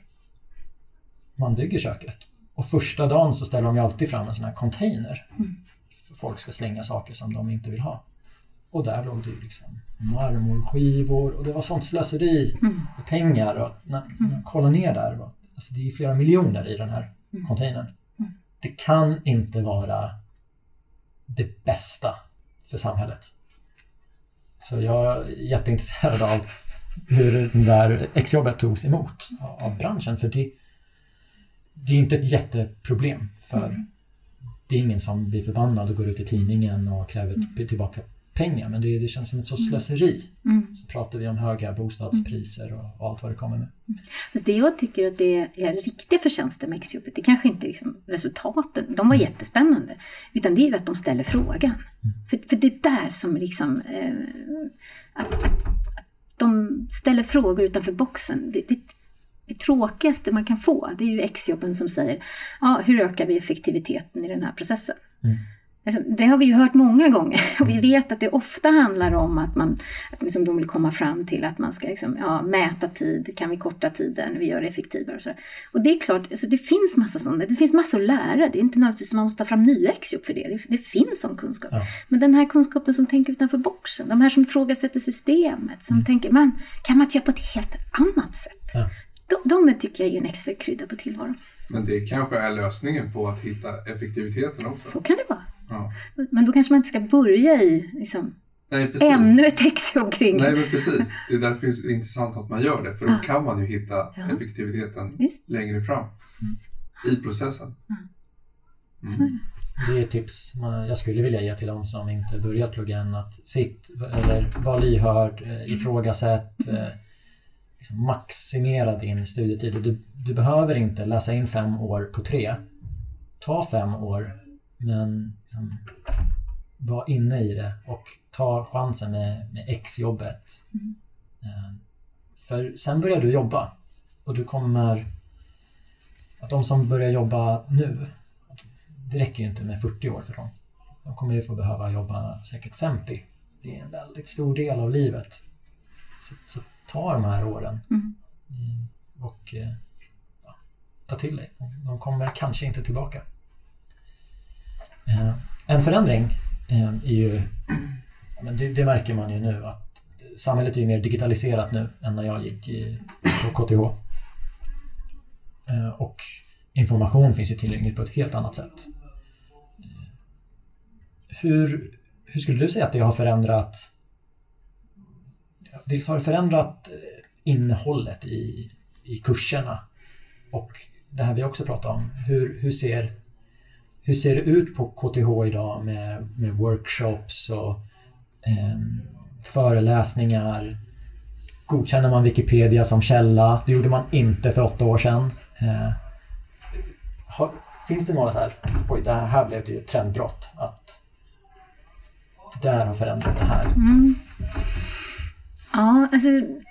Man bygger köket. Och första dagen så ställer de ju alltid fram en sån här container. För folk ska slänga saker som de inte vill ha. Och där låg det ju liksom marmorskivor och det var sånt slöseri med pengar. Och när man kollar ner där, alltså det är flera miljoner i den här containern. Det kan inte vara det bästa för samhället. Så jag är jätteintresserad av hur det där exjobbet togs emot av branschen. För det är inte ett jätteproblem. För det är ingen som blir förbannad och går ut i tidningen och kräver tillbaka pengar. Men det känns som ett så slöseri. Så pratar vi om höga bostadspriser och allt vad det kommer med. Det jag tycker att det är riktiga förtjänster med exjobbet, det kanske inte liksom resultaten, de var jättespännande, utan det är ju att de ställer frågan. För det är där som liksom de ställer frågor utanför boxen. Det tråkigaste man kan få, det är ju exjobben som säger, hur ökar vi effektiviteten i den här processen? Alltså, det har vi ju hört många gånger. Och vi vet att det ofta handlar om att liksom, de vill komma fram till att man ska liksom, mäta tid, kan vi korta tiden, vi gör det effektivare och sådär. Och det är klart, alltså, det finns massa sådana, det finns massor att lära. Det är inte nödvändigtvis att man måste ta fram nya exjobb för det. Det finns sån kunskap. Ja. Men den här kunskapen som tänker utanför boxen, de här som ifrågasätter systemet, som tänker, kan man inte göra på ett helt annat sätt? Ja. De tycker jag är en extra krydda på tillvaron. Men det kanske är lösningen på att hitta effektiviteten också. Så kan det vara. Ja. Men då kanske man inte ska börja i liksom, ännu ett exjobb kring. Nej, men precis. Det är därför det är intressant att man gör det. För då kan man ju hitta effektiviteten längre fram i processen. Det är ett tips jag skulle vilja ge till dem som inte börjat plugga än. Att var lyhörd, ifrågasätt, liksom maximera din studietid. Du behöver inte läsa in 5 år på 3. Ta 5 år, men liksom, var inne i det och ta chansen med exjobbet. För sen börjar du jobba och du kommer att de som börjar jobba nu, det räcker ju inte med 40 år för dem. De kommer ju få behöva jobba säkert 50. Det är en väldigt stor del av livet. Så ta de här åren och ta till dig. De kommer kanske inte tillbaka. En förändring är ju, det märker man ju nu, att samhället är ju mer digitaliserat nu än när jag gick på KTH. Och information finns ju tillgängligt på ett helt annat sätt. Hur skulle du säga att det har förändrat? Dels har det förändrat innehållet i kurserna, och det här vi också pratar om. Hur ser det ut på KTH idag med workshops och föreläsningar? Godkänner man Wikipedia som källa? Det gjorde man inte för 8 år sedan. Finns det några så här, det här blev det ju ett trendbrott, att det där har förändrat det här? Ja, alltså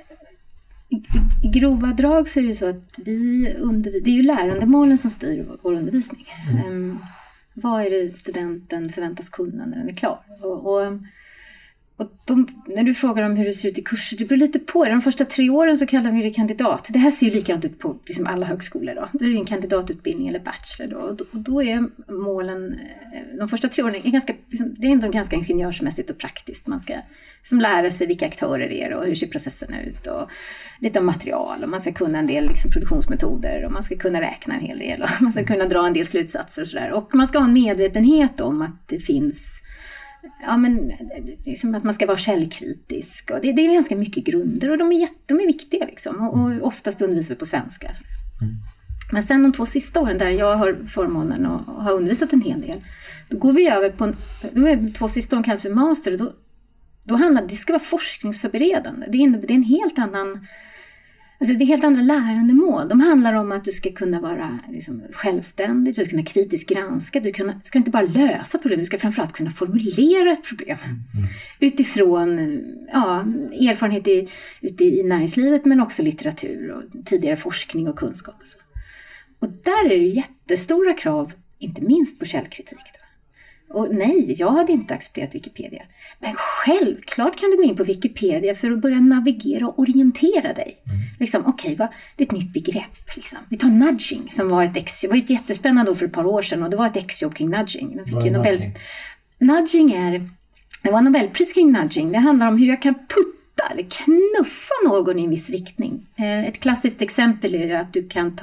i grova drag så är det så att det är ju lärandemålen som styr vår undervisning. Vad är det studenten förväntas kunna när den är klar? Och när du frågar om hur det ser ut i kurser, det beror lite på. De första 3 åren så kallar vi det kandidat. Det här ser ju likadant ut på liksom alla högskolor då. Då är det en kandidatutbildning eller bachelor då. Och då är målen, de första 3 åren är ganska, liksom, det är ändå ganska ingenjörsmässigt och praktiskt. Man ska liksom lära sig vilka aktörer det är och hur ser processerna ut och lite om material, och man ska kunna en del liksom produktionsmetoder, och man ska kunna räkna en hel del, och man ska kunna dra en del slutsatser och sådär. Och man ska ha en medvetenhet om att det finns, liksom att man ska vara källkritisk, och det är ganska mycket grunder, och de är viktiga liksom, och oftast undervisar vi på svenska. Men sen de 2 sista åren där jag har förmånen att ha undervisat en hel del, då går vi över på de 2 sista åren kallas för master, och då handlar det ska vara forskningsförberedande. Det är en helt annan, alltså det är helt andra lärandemål. De handlar om att du ska kunna vara liksom självständig, du ska kunna kritiskt granska, du ska inte bara lösa problem, du ska framförallt kunna formulera ett problem utifrån erfarenhet ute i näringslivet, men också litteratur och tidigare forskning och kunskap och så. Och där är det jättestora krav, inte minst på källkritik då. Och nej, jag hade inte accepterat Wikipedia. Men självklart kan du gå in på Wikipedia för att börja navigera och orientera dig. Liksom, okej, det är ett nytt begrepp. Liksom. Vi tar nudging som var ett exjobb. Det var ett jättespännande år för ett par år sedan, och det var ett exjobb kring nudging. Den fick ju det var Nobelpris kring nudging. Det handlar om hur jag kan putta eller knuffa någon i en viss riktning. Ett klassiskt exempel är ju att du kan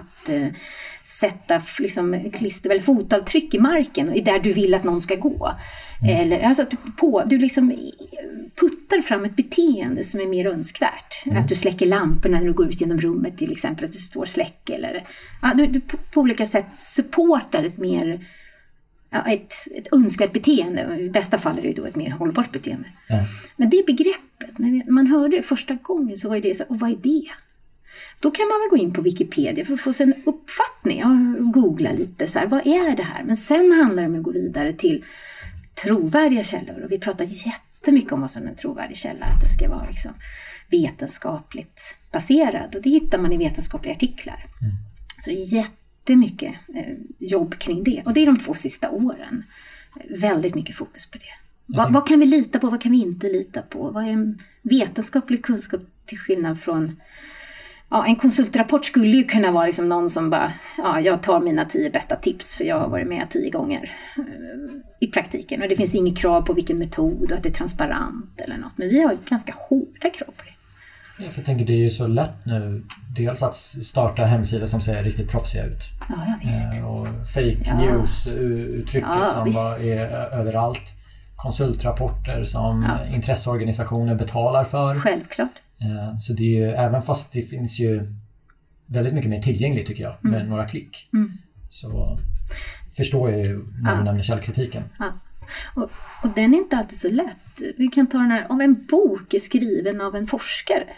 sätta liksom fotavtryck i marken och där du vill att någon ska gå. Eller alltså att du liksom puttar fram ett beteende som är mer önskvärt. Att du släcker lamporna när du går ut genom rummet, till exempel att du står och släcker, eller du på olika sätt supportar ett mer ett önskvärt beteende. I bästa fall är det då ett mer hållbart beteende. Men det begreppet, när man hörde det första gången, så var det så, och vad är det? Då kan man väl gå in på Wikipedia för att få sig en uppfattning och googla lite så här, vad är det här? Men sen handlar det om att gå vidare till trovärdiga källor, och vi pratar jättemycket om vad som är en trovärdig källa. Att det ska vara liksom vetenskapligt baserad. Och det hittar man i vetenskapliga artiklar. Så det är jättemycket jobb kring det. Och det är de 2 sista åren. Väldigt mycket fokus på det. Vad kan vi lita på? Vad kan vi inte lita på? Vad är en vetenskaplig kunskap till skillnad från... Ja, en konsultrapport skulle ju kunna vara liksom någon som bara, jag tar mina 10 bästa tips för jag har varit med 10 gånger i praktiken. Och det finns inget krav på vilken metod och att det är transparent eller något. Men vi har ganska hårda krav på det. Jag tänker det är ju så lätt nu. Dels att starta hemsidor som ser riktigt proffsiga ut. Ja, visst. Och fake news-uttrycket som är överallt. Konsultrapporter som intresseorganisationer betalar för. Självklart. Så det är ju, även fast det finns ju väldigt mycket mer tillgängligt tycker jag med några klick. Så förstår jag ju när du nämner källkritiken. Ja. Och den är inte alltid så lätt. Vi kan ta den här, om en bok är skriven av en forskare.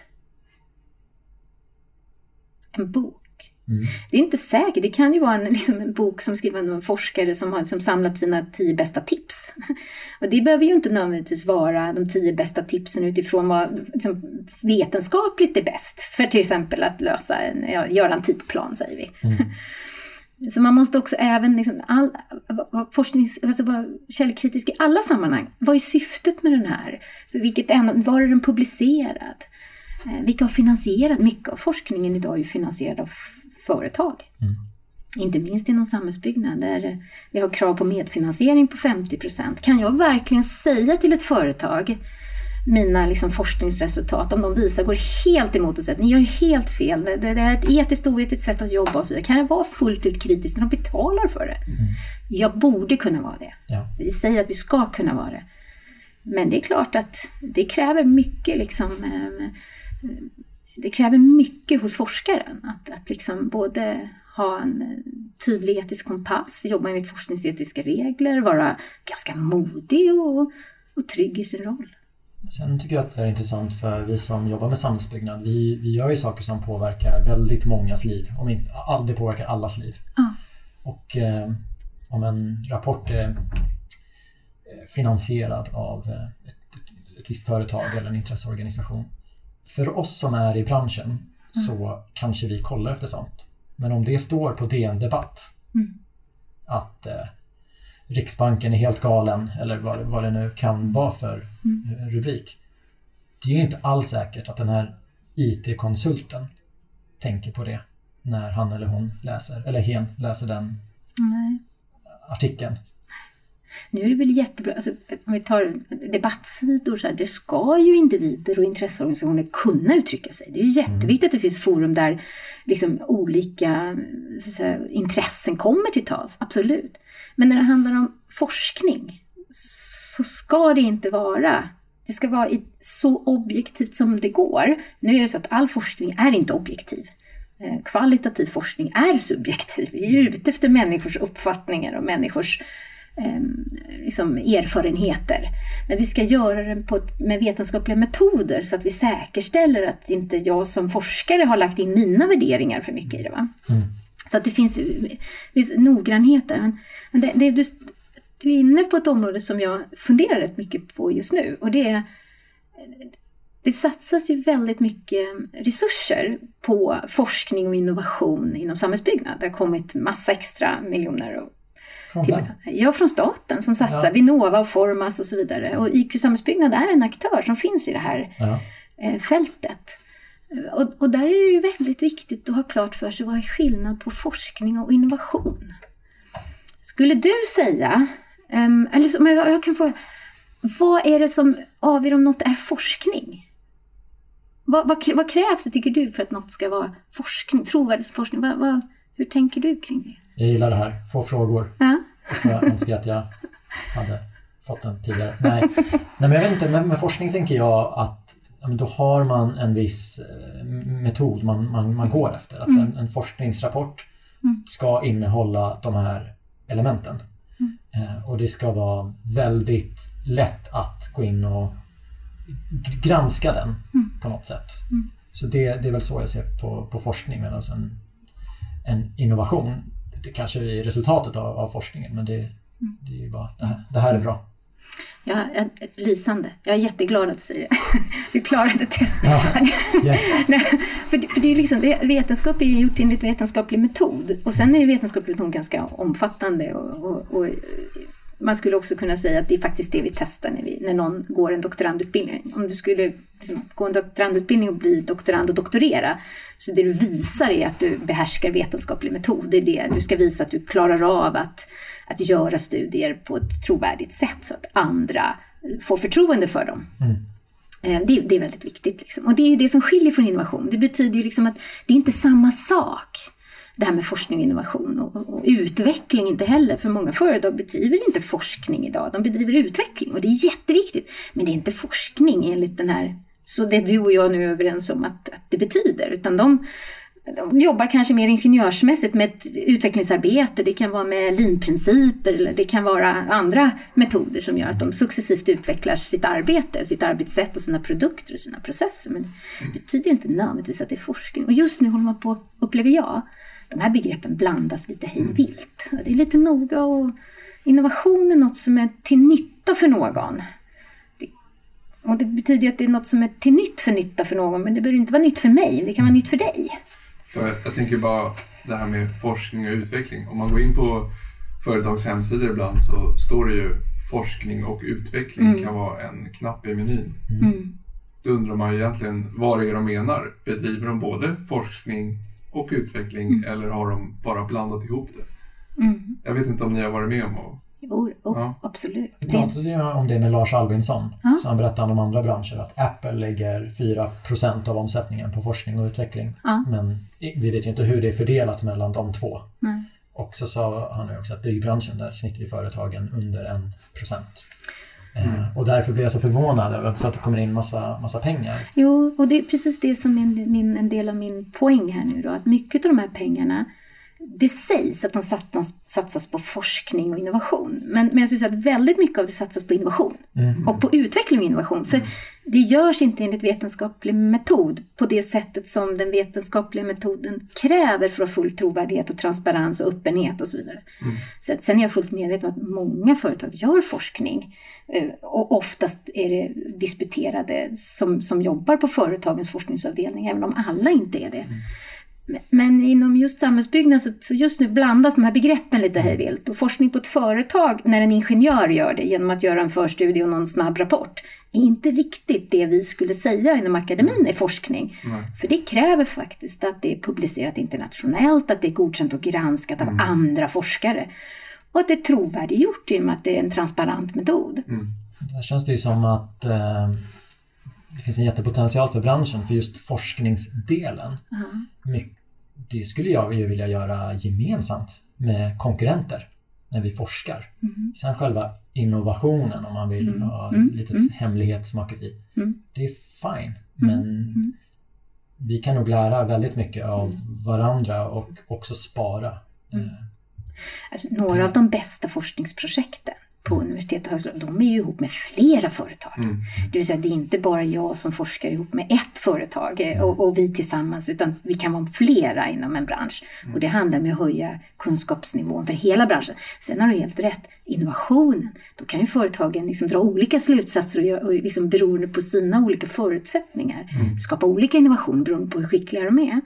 En bok. Det är inte säkert. Det kan ju vara en bok som skriver av en forskare som har samlat sina 10 bästa tips. Och det behöver ju inte nödvändigtvis vara de 10 bästa tipsen utifrån vad vetenskapligt är bäst. För till exempel att göra en tidplan, säger vi. Så man måste också även vara källkritisk i alla sammanhang. Vad är syftet med den här? Var är den publicerad? Vilka har finansierat? Mycket av forskningen idag är ju finansierad av företag. Inte minst inom samhällsbyggnad där vi har krav på medfinansiering på 50%. Kan jag verkligen säga till ett företag mina forskningsresultat, om de visar går helt emot och säger att ni gör helt fel, det är ett etiskt oetiskt sätt att jobba och så vidare. Kan jag vara fullt ut kritisk när de betalar för det? Jag borde kunna vara det. Ja. Vi säger att vi ska kunna vara det. Men det är klart att det kräver mycket det kräver mycket hos forskaren att både ha en tydlig etisk kompass, jobba enligt forskningsetiska regler, vara ganska modig och trygg i sin roll. Sen tycker jag att det är intressant för vi som jobbar med samhällsbyggnad, vi gör ju saker som påverkar väldigt mångas liv, om inte det påverkar allas liv. Och om en rapport är finansierad av ett visst företag eller en intresseorganisation, för oss som är i branschen så kanske vi kollar efter sånt. Men om det står på DN Debatt att Riksbanken är helt galen eller vad det nu kan vara för rubrik. Det är ju inte alls säkert att den här IT-konsulten tänker på det när han eller hon läser den artikeln. Nu är det väl jättebra, om vi tar debattsidor så här, det ska ju individer och intresseorganisationer kunna uttrycka sig. Det är ju jätteviktigt att det finns forum där olika intressen kommer till tals, absolut. Men när det handlar om forskning så ska det inte vara, det ska vara så objektivt som det går. Nu är det så att all forskning är inte objektiv. Kvalitativ forskning är subjektiv. Vi är ute efter människors uppfattningar och människors erfarenheter. Men vi ska göra det med vetenskapliga metoder så att vi säkerställer att inte jag som forskare har lagt in mina värderingar för mycket i det. Va? Så att det finns noggrannheter. Men du är inne på ett område som jag funderar rätt mycket på just nu. Och det satsas ju väldigt mycket resurser på forskning och innovation inom samhällsbyggnad. Det har kommit massa extra miljoner från staten som satsar, Vinnova och Formas och så vidare. Och IQ Samhällsbyggnad är en aktör som finns i det här fältet. Och där är det ju väldigt viktigt att ha klart för sig vad är skillnad på forskning och innovation. Skulle du säga, jag kan få, vad är det som avgör om något är forskning? Vad krävs det, tycker du, för att något ska vara forskning, trovärdig forskning? Hur tänker du kring det? Jag gillar det här, få frågor. Så jag önskar att jag hade fått den tidigare. Nej, men jag vet inte, med forskning tänker jag att då har man en viss metod man går efter. Att en forskningsrapport ska innehålla de här elementen. Och det ska vara väldigt lätt att gå in och granska den på något sätt. Så det är väl så jag ser på forskning, medan en innovation, det kanske är resultatet av forskningen, men det är bara det här är bra. Ja, lysande. Jag är jätteglad att du säger det. Du klarade testet. Ja, yes. för det är liksom, vetenskap är gjort enligt vetenskaplig metod. Och sen är vetenskaplig metod ganska omfattande. Och man skulle också kunna säga att det är faktiskt det vi testar när någon går en doktorandutbildning. Om du skulle liksom gå en doktorandutbildning och bli doktorand och doktorera, så det du visar är att du behärskar vetenskaplig metod. Det är det. Du ska visa att du klarar av att göra studier på ett trovärdigt sätt så att andra får förtroende för dem. Det är väldigt viktigt. Liksom. Och det är ju det som skiljer från innovation. Det betyder ju liksom att det är inte samma sak. Det här med forskning och innovation och utveckling inte heller. För många företag bedriver inte forskning idag. De bedriver utveckling och det är jätteviktigt. Men det är inte forskning enligt den här, så det du och jag nu är överens om att det betyder. Utan de jobbar kanske mer ingenjörsmässigt med ett utvecklingsarbete. Det kan vara med lean-principer eller det kan vara andra metoder som gör att de successivt utvecklar sitt arbete, sitt arbetssätt och sina produkter och sina processer. Men det betyder ju inte nödvändigtvis att det är forskning. Och just nu håller man på, upplever jag, de här begreppen blandas lite hejvilt. Det är lite noga och innovation är något som är till nytta för någon. Och det betyder ju att det är något som är till nytta för någon, men det behöver inte vara nytt för mig. Det kan vara nytt för dig. Jag tänker bara det här med forskning och utveckling. Om man går in på företags hemsidor ibland så står det ju forskning och utveckling kan vara en knapp i menyn. Då undrar man egentligen vad det är de menar. Bedriver de både forskning och utveckling eller har de bara blandat ihop det? Jag vet inte om ni har varit med om och... Jo, absolut. Vi pratade om det med Lars Albinsson. Så han berättade om andra branscher att Apple lägger 4% av omsättningen på forskning och utveckling. Men vi vet ju inte hur det är fördelat mellan de två. Och så sa han också att byggbranschen där snittar i företagen under 1%. Och därför blev jag så förvånad över att det kommer in massa pengar. Jo, och det är precis det som är en del av min poäng här nu då. Att mycket av de här pengarna, det sägs att de satsas på forskning och innovation. Men jag skulle säga att väldigt mycket av det satsas på innovation. Och på utveckling och innovation. För det görs inte enligt vetenskaplig metod på det sättet som den vetenskapliga metoden kräver för att få full trovärdighet och transparens och öppenhet och så vidare. Så sen är jag fullt medveten om att många företag gör forskning. Och oftast är det disputerade som jobbar på företagens forskningsavdelning, även om alla inte är det. Men inom just samhällsbyggnad så just nu blandas de här begreppen lite hejvilt. Och forskning på ett företag, när en ingenjör gör det genom att göra en förstudie och någon snabb rapport, är inte riktigt det vi skulle säga inom akademin är forskning. För det kräver faktiskt att det är publicerat internationellt, att det är godkänt och granskat av andra forskare. Och att det är trovärdiggjort i och med att det är en transparent metod. Där känns det ju som att det finns en jättepotential för branschen för just forskningsdelen. Det skulle jag vilja göra gemensamt med konkurrenter när vi forskar. Sen själva innovationen, om man vill ha lite hemlighetsmakeri. Det är fine, men vi kan nog lära väldigt mycket av varandra och också spara. Alltså, några av de bästa forskningsprojekten på universitet och högskola, de är ju ihop med flera företag. Det vill säga, det är inte bara jag som forskar ihop med ett företag och vi tillsammans, utan vi kan vara flera inom en bransch. Och det handlar om att höja kunskapsnivån för hela branschen. Sen har du helt rätt, innovationen, då kan ju företagen liksom dra olika slutsatser och liksom beroende på sina olika förutsättningar skapa olika innovation beroende på hur skickliga de är.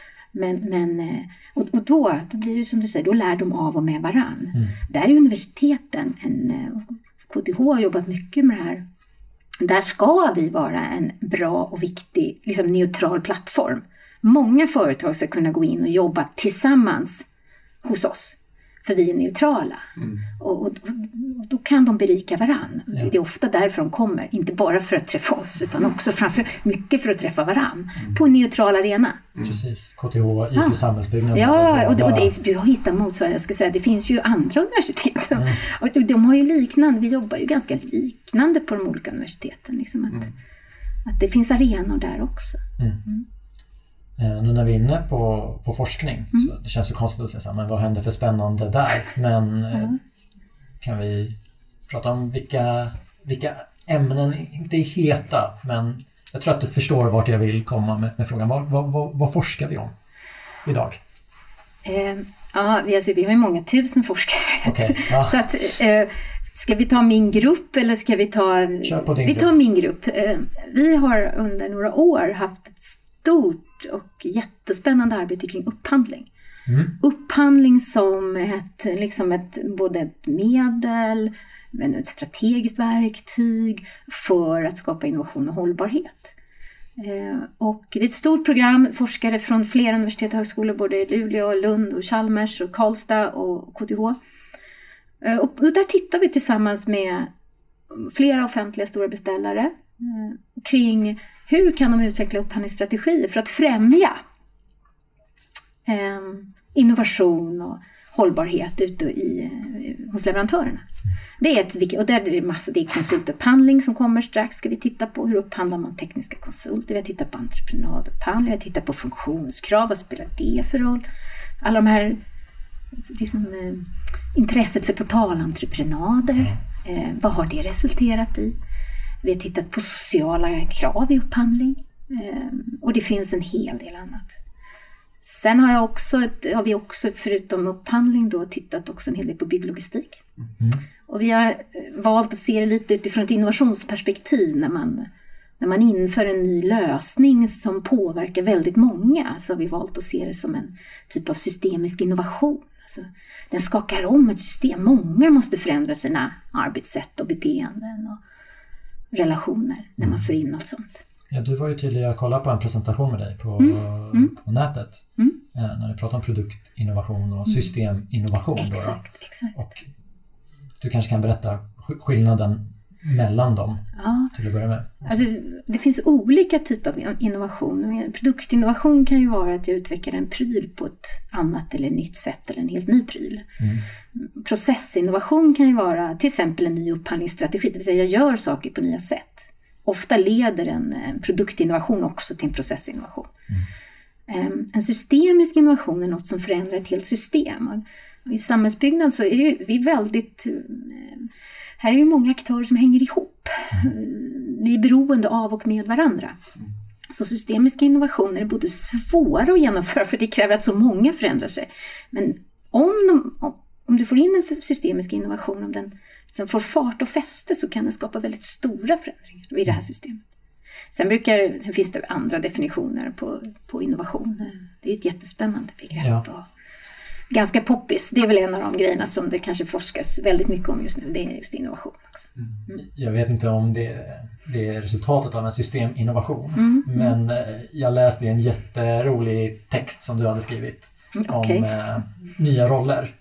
Och då blir det som du säger, då lär de av och med varann. Där är universiteten, KTH har jobbat mycket med det här. Där ska vi vara en bra och viktig, liksom neutral plattform. Många företag ska kunna gå in och jobba tillsammans hos oss. För vi är neutrala. Och då kan de berika varann. Det är ofta därför de kommer. Inte bara för att träffa oss, utan också framför mycket för att träffa varann. På en neutral arena. Precis. KTH, IT samhällsbyggnad. Ja, och du har hittat motsvarande. Jag ska säga, det finns ju andra universitet. Och de har ju liknande. Vi jobbar ju ganska liknande på de olika universiteten. Liksom att det finns arenor där också. Nu när vi är inne på forskning, så det känns ju konstigt att säga så här, men vad händer för spännande där? Men kan vi prata om vilka ämnen inte är heta, men jag tror att du förstår vart jag vill komma med frågan. Vad forskar vi om idag? Vi har ju många tusen forskare. Okay, så att Ska vi ta min grupp eller ska vi ta... Kör på din vi grupp. tar min grupp. Vi har under några år haft ett stort och jättespännande arbete kring upphandling. Upphandling som både ett medel, men ett strategiskt verktyg för att skapa innovation och hållbarhet. Och det är ett stort program, forskare från flera universitet och högskolor, både i Luleå, Lund och Chalmers och Karlstad och KTH. Och där tittar vi tillsammans med flera offentliga stora beställare kring hur kan de utveckla upphandlingsstrategier för att främja innovation och hållbarhet ute hos leverantörerna. Det är konsultupphandling som kommer strax. Ska vi titta på hur upphandlar man tekniska konsulter. Vi har tittat på entreprenadupphandling. Vi har tittat på funktionskrav. Vad spelar det för roll? Alla de här intresset för totalentreprenader. Vad har det resulterat i? Vi har tittat på sociala krav i upphandling. Och det finns en hel del annat. Sen har vi också förutom upphandling då tittat också en hel del på bygglogistik. Och vi har valt att se det lite utifrån ett innovationsperspektiv när man inför en ny lösning som påverkar väldigt många, så har vi valt att se det som en typ av systemisk innovation. Alltså, den skakar om ett system. Många måste förändra sina arbetssätt och beteenden och relationer när man får in något sånt. Ja, du var ju tydlig att kolla på en presentation med dig på nätet. När du pratar om produktinnovation och systeminnovation. Exakt. Och du kanske kan berätta skillnaden mellan dem till att börja med. Alltså, det finns olika typer av innovation. Produktinnovation kan ju vara att jag utvecklar en pryl på ett annat eller nytt sätt eller en helt ny pryl. Processinnovation kan ju vara till exempel en ny upphandlingsstrategi. Det vill säga jag gör saker på nya sätt. Ofta leder en produktinnovation också till en processinnovation. En systemisk innovation är något som förändrar ett helt system. Och i samhällsbyggnad så är vi väldigt... Här är det många aktörer som hänger ihop. Vi är beroende av och med varandra. Så systemiska innovationer är både svåra att genomföra för det kräver att så många förändrar sig. Men om du får in en systemisk innovation, om den som får fart och fäste, så kan den skapa väldigt stora förändringar i det här systemet. Sen finns det andra definitioner på innovation. Det är ett jättespännande begrepp. Ja. Ganska poppis. Det är väl en av de grejerna som det kanske forskas väldigt mycket om just nu. Det är just innovation också. Jag vet inte om det är resultatet av en systeminnovation. Men jag läste en jätterolig text som du hade skrivit om nya roller.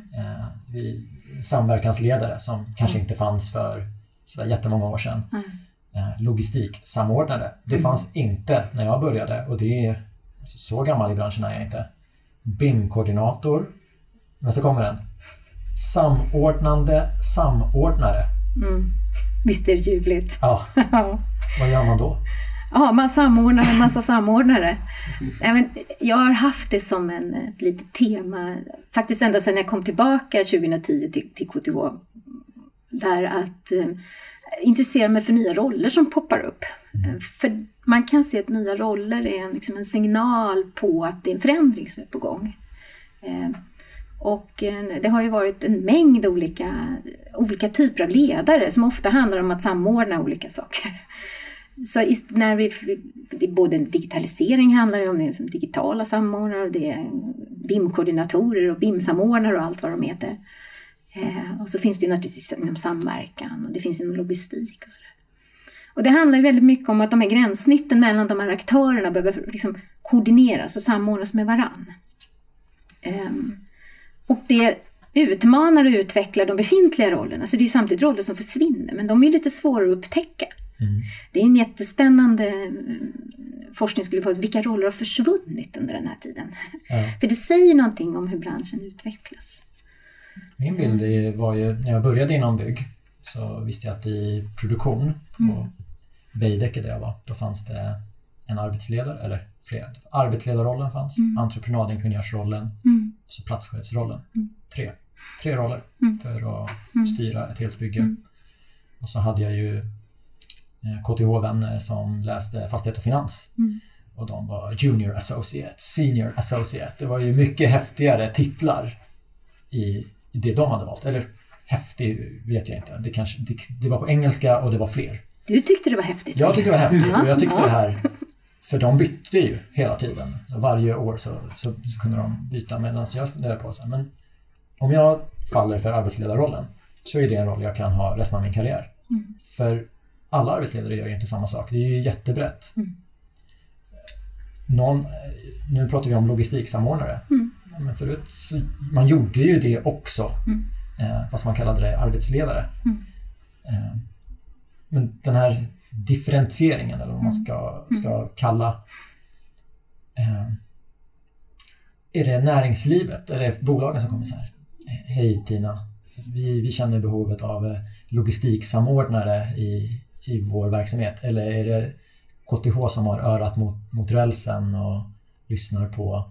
Samverkansledare som kanske inte fanns för så jättemånga år sedan. Logistiksamordnare. Det fanns inte när jag började, och det är så gammal i branschen är jag inte. BIM-koordinator. Men så kommer den. Samordnare. Visst är det ljuvligt. Ja. Vad gör man då? Ja, man samordnar en massa samordnare. Jag har haft det som ett litet tema. Faktiskt ända sedan jag kom tillbaka 2010 till KTH. Där att intressera mig för nya roller som poppar upp. För man kan se att nya roller är en signal på att det är en förändring som är på gång. Och det har ju varit en mängd olika typer av ledare som ofta handlar om att samordna olika saker. Så både digitalisering handlar om digitala samordnare, det är BIM-koordinatorer och BIM-samordnare och allt vad de heter. Och så finns det ju naturligtvis inom samverkan och det finns inom logistik och sådär. Och det handlar ju väldigt mycket om att de här gränssnitten mellan de här aktörerna behöver koordineras och samordnas med varann. Och det utmanar och utvecklar de befintliga rollerna. Så det är ju samtidigt roller som försvinner, men de är lite svårare att upptäcka. Det är en jättespännande forskning skulle få vilka roller har försvunnit under den här tiden. För det säger någonting om hur branschen utvecklas. Min bild var ju, när jag började inom bygg så visste jag att i produktion på Veidekke där jag var, då fanns det en arbetsledare, eller flera. Arbetsledarrollen fanns, entreprenadingenjörsrollen och så platschefsrollen. Tre roller för att styra ett helt bygge. Och så hade jag ju KTH-vänner som läste fastighet och finans. Och de var junior associate, senior associate. Det var ju mycket häftigare titlar i det de hade valt. Eller häftig vet jag inte. Det var på engelska och det var fler. Du tyckte det var häftigt? Jag tyckte det var häftigt och jag tyckte det här, för de bytte ju hela tiden. Så varje år så kunde de byta, medan jag funderade på så här, men om jag faller för arbetsledarrollen så är det en roll jag kan ha resten av min karriär. För alla arbetsledare gör ju inte samma sak. Det är ju jättebrett. Nu pratar vi om logistiksamordnare. Men förut man gjorde ju det också. Fast man kallade det arbetsledare. Men den här differentieringen, eller vad man ska kalla, är det näringslivet, är det bolagen som kommer så här: hej Tina, vi känner behovet av logistiksamordnare i vår verksamhet, eller är det KTH som har örat mot rälsen och lyssnar på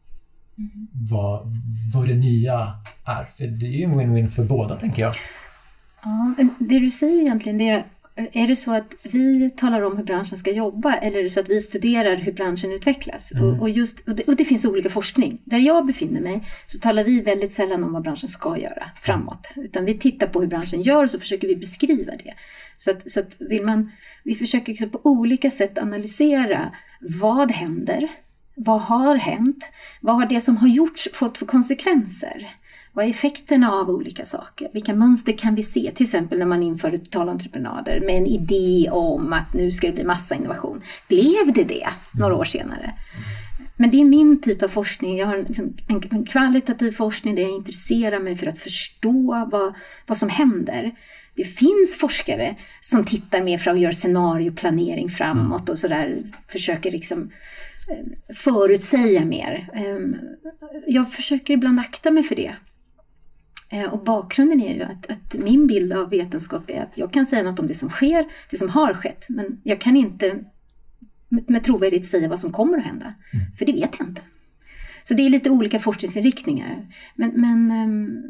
vad det nya är? För det är ju en win-win för båda, tänker jag. Ja, det du säger egentligen, det är det så att vi talar om hur branschen ska jobba, eller är det så att vi studerar hur branschen utvecklas? Och det finns olika forskning. Där jag befinner mig så talar vi väldigt sällan om vad branschen ska göra framåt. Utan vi tittar på hur branschen gör och så försöker vi beskriva det. Så att vi försöker liksom på olika sätt analysera vad händer, vad har hänt, vad har det som har gjorts fått för konsekvenser. Vad är effekterna av olika saker? Vilka mönster kan vi se? Till exempel när man införde totalentreprenader med en idé om att nu ska det bli massa innovation. Blev det några år senare? Men det är min typ av forskning. Jag har liksom en kvalitativ forskning där jag intresserar mig för att förstå vad som händer. Det finns forskare som tittar mer för att göra scenarioplanering framåt och sådär, försöker liksom förutsäga mer. Jag försöker ibland akta mig för det. Och bakgrunden är ju att min bild av vetenskap är att jag kan säga något om det som sker, det som har skett, men jag kan inte med trovärdighet säga vad som kommer att hända. För det vet jag inte. Så det är lite olika forskningsinriktningar. Men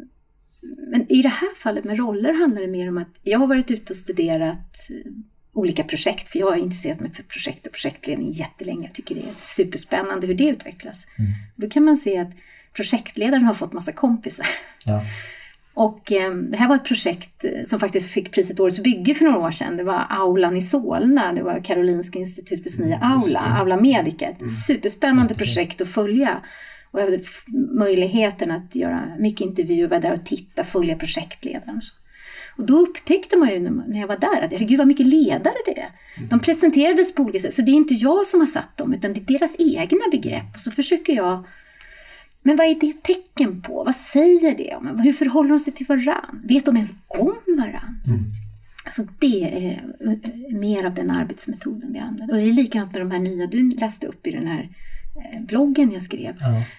i det här fallet med roller handlar det mer om att jag har varit ute och studerat olika projekt, för jag har intresserat mig för projekt och projektledning jättelänge. Jag tycker det är superspännande hur det utvecklas. Då kan man se att projektledaren har fått massa kompisar. Ja. Och det här var ett projekt som faktiskt fick priset Årets bygge för några år sedan. Det var Aulan i Solna. Det var Karolinska institutets nya aula, Aula Medica. Ett superspännande projekt att följa. Och jag hade möjligheten att göra mycket intervjuer, vara där och titta, följa projektledaren och så. Och då upptäckte man ju när jag var där att herregud vad mycket ledare det är. De presenterades på olika sätt. Så det är inte jag som har satt dem, utan det är deras egna begrepp. Och så försöker jag, men vad är det tecken på? Vad säger det om? Hur förhåller de sig till varann? Vet de ens om varann? Så det är mer av den arbetsmetoden vi använder. Och det är likadant med de här nya du läste upp i den här bloggen jag skrev.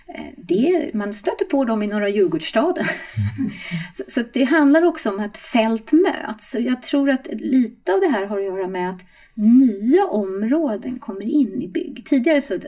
Man stöter på dem i norra Djurgårdsstaden. Så det handlar också om att fält möts. Så jag tror att lite av det här har att göra med att nya områden kommer in i bygg. Tidigare så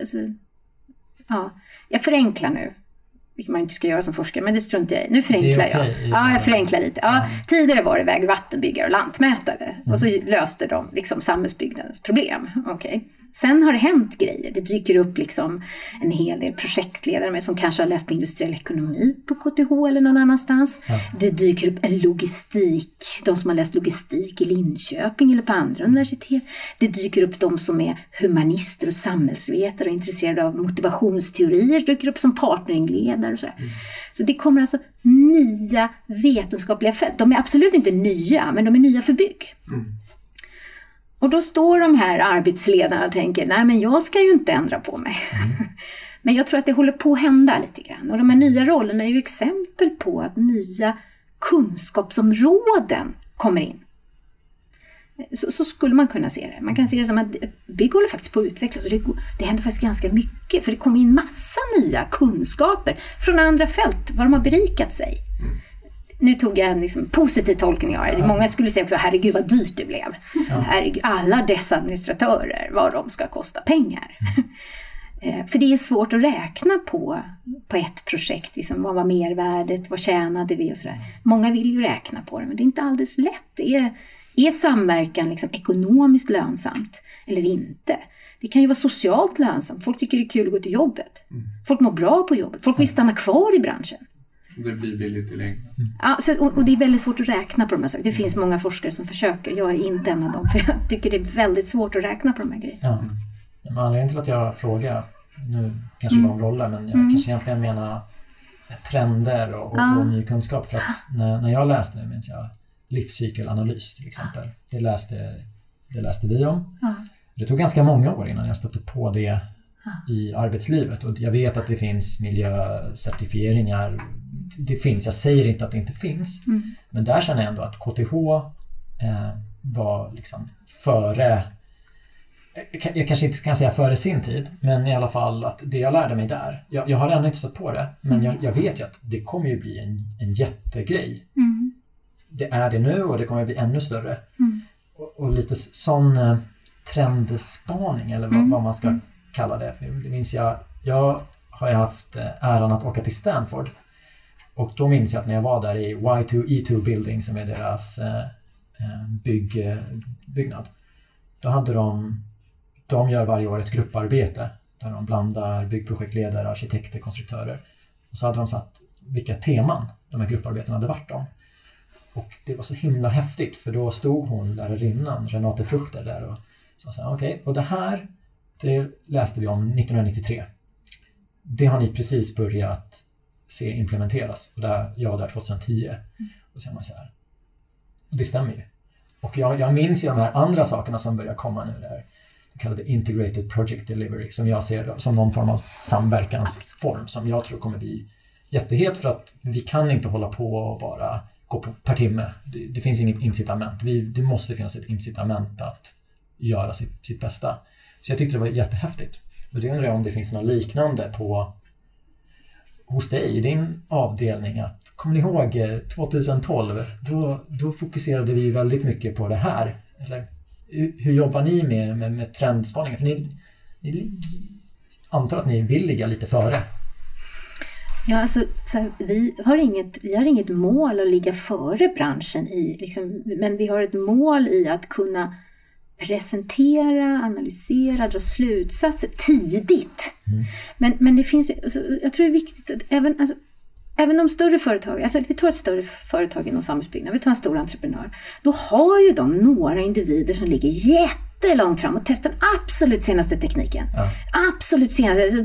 jag förenklar nu, vilket man inte ska göra som forskare, men det struntar jag i. Nu förenklar jag. Ja, jag förenklar lite. Ja, tidigare var det väg-, vattenbyggare och lantmätare. Och så löste de liksom samhällsbyggnadens problem. Okej. Sen har det hänt grejer. Det dyker upp liksom en hel del projektledare med som kanske har läst på industriell ekonomi på KTH eller någon annanstans. Det dyker upp en logistik. De som har läst logistik i Linköping eller på andra universitet. Det dyker upp de som är humanister och samhällsvetare och intresserade av motivationsteorier. Det dyker upp som partneringledare och sådär. Så det kommer alltså nya vetenskapliga fält. De är absolut inte nya, men de är nya för bygg. Och då står de här arbetsledarna och tänker, nej men jag ska ju inte ändra på mig. Men jag tror att det håller på att hända lite grann. Och de här nya rollerna är ju exempel på att nya kunskapsområden kommer in. Så skulle man kunna se det. Man kan se det som att bygg håller faktiskt på att utvecklas. Och det händer faktiskt ganska mycket. För det kommer in massa nya kunskaper från andra fält. Vad de har berikat sig. Nu tog jag en liksom positiv tolkning av det. Många skulle säga också, herregud vad dyrt det blev. Herregud, alla dessa administratörer, vad de ska kosta pengar. För det är svårt att räkna på ett projekt. Liksom, vad var mervärdet, vad tjänade vi och sådär. Många vill ju räkna på det, men det är inte alldeles lätt. Är samverkan liksom ekonomiskt lönsamt eller inte? Det kan ju vara socialt lönsamt. Folk tycker det är kul att gå till jobbet. Folk mår bra på jobbet. Folk vill stanna kvar i branschen. Det blir billigt i längden. Ja, och det är väldigt svårt att räkna på de här sakerna. Det finns många forskare som försöker. Jag är inte en av dem, för jag tycker det är väldigt svårt att räkna på de här grejerna. Ja. Men anledningen till att jag frågar, nu kanske det var om roller, men jag kanske egentligen menar trender och ny kunskap. För att när jag läste, minns jag, livscykelanalys till exempel. Det läste vi om. Det tog ganska många år innan jag stötte på det i arbetslivet. Och jag vet att det finns miljöcertifieringar. Det finns, jag säger inte att det inte finns. Men där känner jag ändå att KTH var liksom före, jag kanske inte kan säga före sin tid, men i alla fall att det jag lärde mig där, jag har ännu inte stött på det, men jag vet ju att det kommer ju bli en jättegrej. Det är det nu och det kommer bli ännu större. Och lite sån trendspaning eller vad man ska kalla det. För det minns jag har ju haft äran att åka till Stanford. Och då minns jag att när jag var där i Y2E2 Building, som är deras byggnad, då hade de gör varje år ett grupparbete där de blandar byggprojektledare, arkitekter, konstruktörer. Och så hade de satt vilka teman de här grupparbetena hade varit om. Och det var så himla häftigt, för då stod hon där innan, Renate Fruchter där, och sa okej, och det här, det läste vi om 1993. Det har ni precis börjat se implementeras, och jag var där 2010. Och så är man så här, det stämmer ju. Och jag minns ju de här andra sakerna som börjar komma nu där. De kallade Integrated Project Delivery, som jag ser som någon form av samverkansform som jag tror kommer bli jättehet, för att vi kan inte hålla på och bara gå på per timme. Det finns inget incitament. Det måste finnas ett incitament att göra sitt bästa. Så jag tyckte det var jättehäftigt. Och det undrar jag om det finns något liknande hos dig i din avdelning. Att, kommer ni ihåg 2012? Då fokuserade vi väldigt mycket på det här. Eller, hur jobbar ni med trendspaningen? För ni antar att ni vill ligga lite före. Ja, alltså, vi har inget mål att ligga före branschen i, liksom, men vi har ett mål i att kunna presentera, analysera, dra slutsatser tidigt. Men det finns, alltså, jag tror det är viktigt att även de större företag, alltså vi tar ett större företag inom samhällsbyggnad, vi tar en stor entreprenör, då har ju de några individer som ligger jättelångt fram och testar den absolut senaste tekniken. Absolut senaste, alltså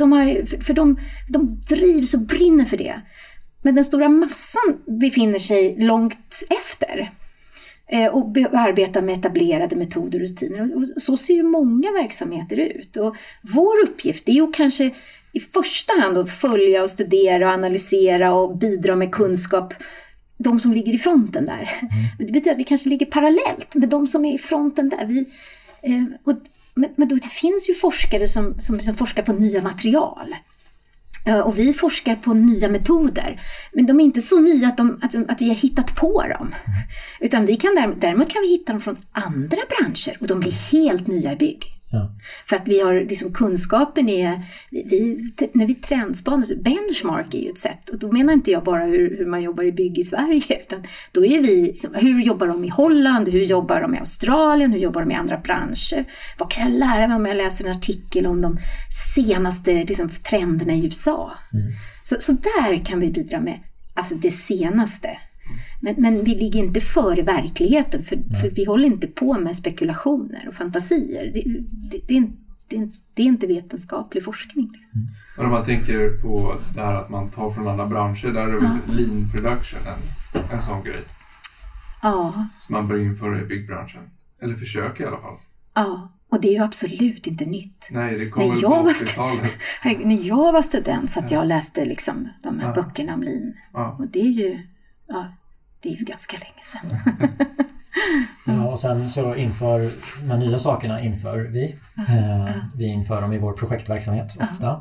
de drivs och brinner för det. Men den stora massan befinner sig långt efter och arbetar med etablerade metoder och rutiner. Och så ser ju många verksamheter ut. Och vår uppgift är ju kanske i första hand att följa och studera och analysera och bidra med kunskap, de som ligger i fronten där. Men det betyder att vi kanske ligger parallellt med de som är i fronten där. Men då, det finns ju forskare som forskar på nya material. Och vi forskar på nya metoder. Men de är inte så nya att vi har hittat på dem. Utan däremot kan vi hitta dem från andra branscher. Och de blir helt nya i bygg. Ja. För att vi har liksom kunskapen när vi trendspanar, benchmark är ju ett sätt. Och då menar inte jag bara hur man jobbar i bygg i Sverige, utan då är vi liksom, hur jobbar de i Holland, hur jobbar de i Australien, hur jobbar de i andra branscher, vad kan jag lära mig om jag läser en artikel om de senaste liksom, trenderna i USA. Så där kan vi bidra med alltså det senaste. Men vi ligger inte före verkligheten, för vi håller inte på med spekulationer och fantasier. Det är inte vetenskaplig forskning. Liksom. Men om man tänker på det här att man tar från andra branscher, där är väl lean production en sån grej? Ja. Som man bör införa i byggbranschen. Eller försöka i alla fall. Ja, och det är ju absolut inte nytt. Nej, det kommer på 80-talet. När jag var student så att jag läste liksom de här böckerna om lean. Ja. Och det är ju... Ja, det är ju ganska länge sedan. Ja, och sen så inför de här nya sakerna vi. Vi inför dem i vår projektverksamhet ofta.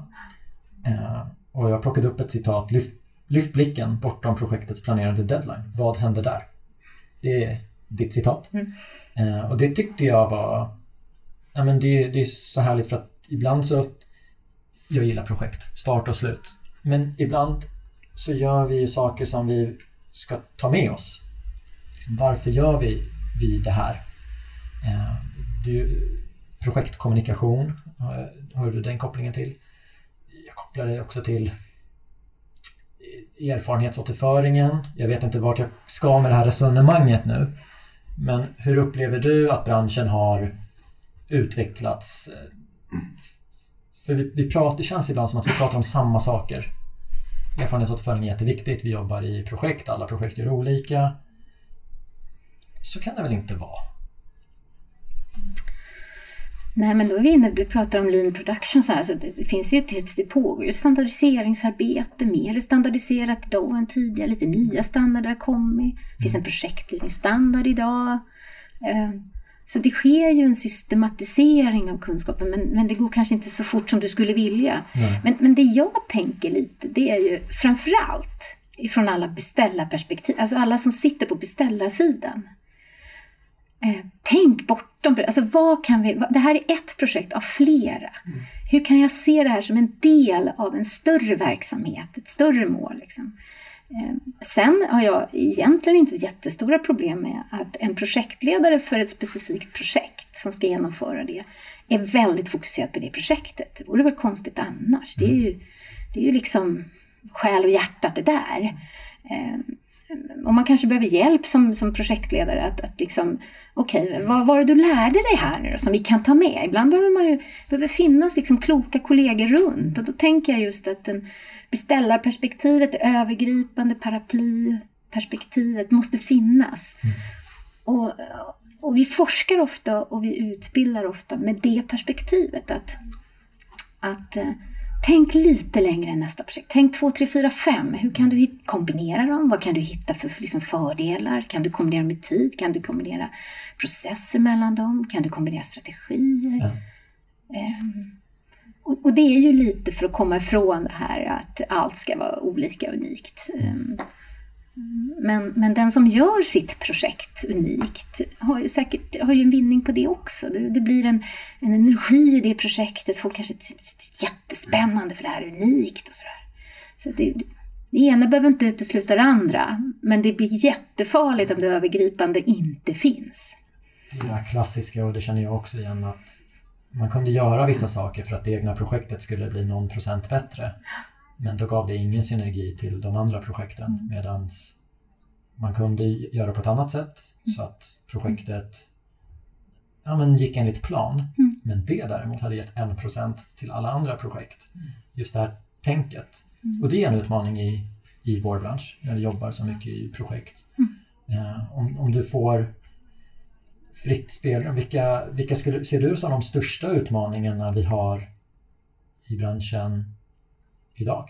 Och jag plockade upp ett citat. Lyft blicken bortom projektets planerade deadline. Vad händer där? Det är ditt citat. Och det tyckte jag var... Ja, men det är så härligt, för att ibland så... Jag gillar projekt, start och slut. Men ibland så gör vi saker som vi ska ta med oss. Liksom, varför gör vi det här? Projektkommunikation, har du den kopplingen till? Jag kopplar det också till erfarenhetsåterföringen. Jag vet inte vart jag ska med det här resonemanget nu. Men hur upplever du att branschen har utvecklats? För det känns ibland som att vi pratar om samma saker. Erfarenhetsåterföring är jätteviktigt. Vi jobbar i projekt. Alla projekt är olika. Så kan det väl inte vara? Nej, men då är vi inne, du pratar om lean production så här, så det finns ju det pågår ju standardiseringsarbete, mer standardiserat idag än tidigare, lite nya standarder har kommit. Det finns en projektledningsstandard idag. Så det sker ju en systematisering av kunskapen, men det går kanske inte så fort som du skulle vilja. Men det jag tänker lite, det är ju framförallt ifrån alla beställarperspektiv, alltså alla som sitter på beställarsidan. Tänk bortom, alltså det här är ett projekt av flera. Hur kan jag se det här som en del av en större verksamhet, ett större mål liksom? Sen har jag egentligen inte jättestora problem med att en projektledare för ett specifikt projekt som ska genomföra det är väldigt fokuserad på det projektet. Det vore väl konstigt annars. Det är ju liksom själ och hjärtat det där. Och man kanske behöver hjälp som projektledare att liksom, okej, vad var det du lärde dig här nu då, som vi kan ta med? Ibland behöver finnas liksom kloka kollegor runt, och då tänker jag just att beställarperspektivet, det övergripande paraplyperspektivet måste finnas. Och vi forskar ofta och vi utbildar ofta med det perspektivet att tänk lite längre än nästa projekt. Tänk 2, 3, 4, 5. Hur kan du kombinera dem? Vad kan du hitta för liksom fördelar? Kan du kombinera med tid? Kan du kombinera processer mellan dem? Kan du kombinera strategier? Och det är ju lite för att komma ifrån det här att allt ska vara olika unikt. Men den som gör sitt projekt unikt har ju en vinning på det också. Det blir en energi i det projektet. Folk kanske tycker det är jättespännande för det här är unikt och sådär. Så det ena behöver inte utesluta det andra. Men det blir jättefarligt om det övergripande inte finns. Det är klassiska, och det känner jag också igen, att man kunde göra vissa saker för att det egna projektet skulle bli någon procent bättre. Men då gav det ingen synergi till de andra projekten, medan man kunde göra på ett annat sätt så att projektet gick enligt plan. Men det däremot hade gett 1% till alla andra projekt. Just det här tänket. Och det är en utmaning i vår bransch när vi jobbar så mycket i projekt. Om du får fritt spelrum, vilka ser du som de största utmaningarna vi har i branschen idag?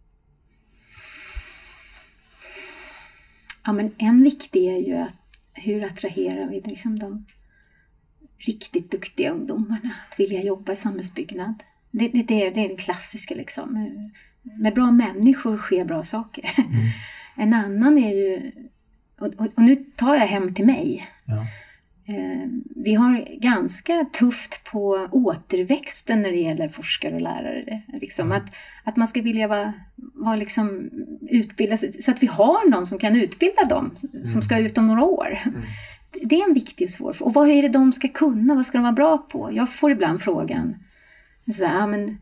Ja, men en viktig är ju hur attraherar vi liksom de riktigt duktiga ungdomarna att vilja jobba i samhällsbyggnad. Det är det klassiska liksom. Med bra människor sker bra saker. En annan är ju, och nu tar jag hem till mig. Ja. Vi har ganska tufft på återväxten när det gäller forskare och lärare. Liksom. Att man ska vilja vara liksom utbilda sig, så att vi har någon som kan utbilda dem som ska ut om några år. Det är en viktig och svår. Och vad är det de ska kunna? Vad ska de vara bra på? Jag får ibland frågan så här, men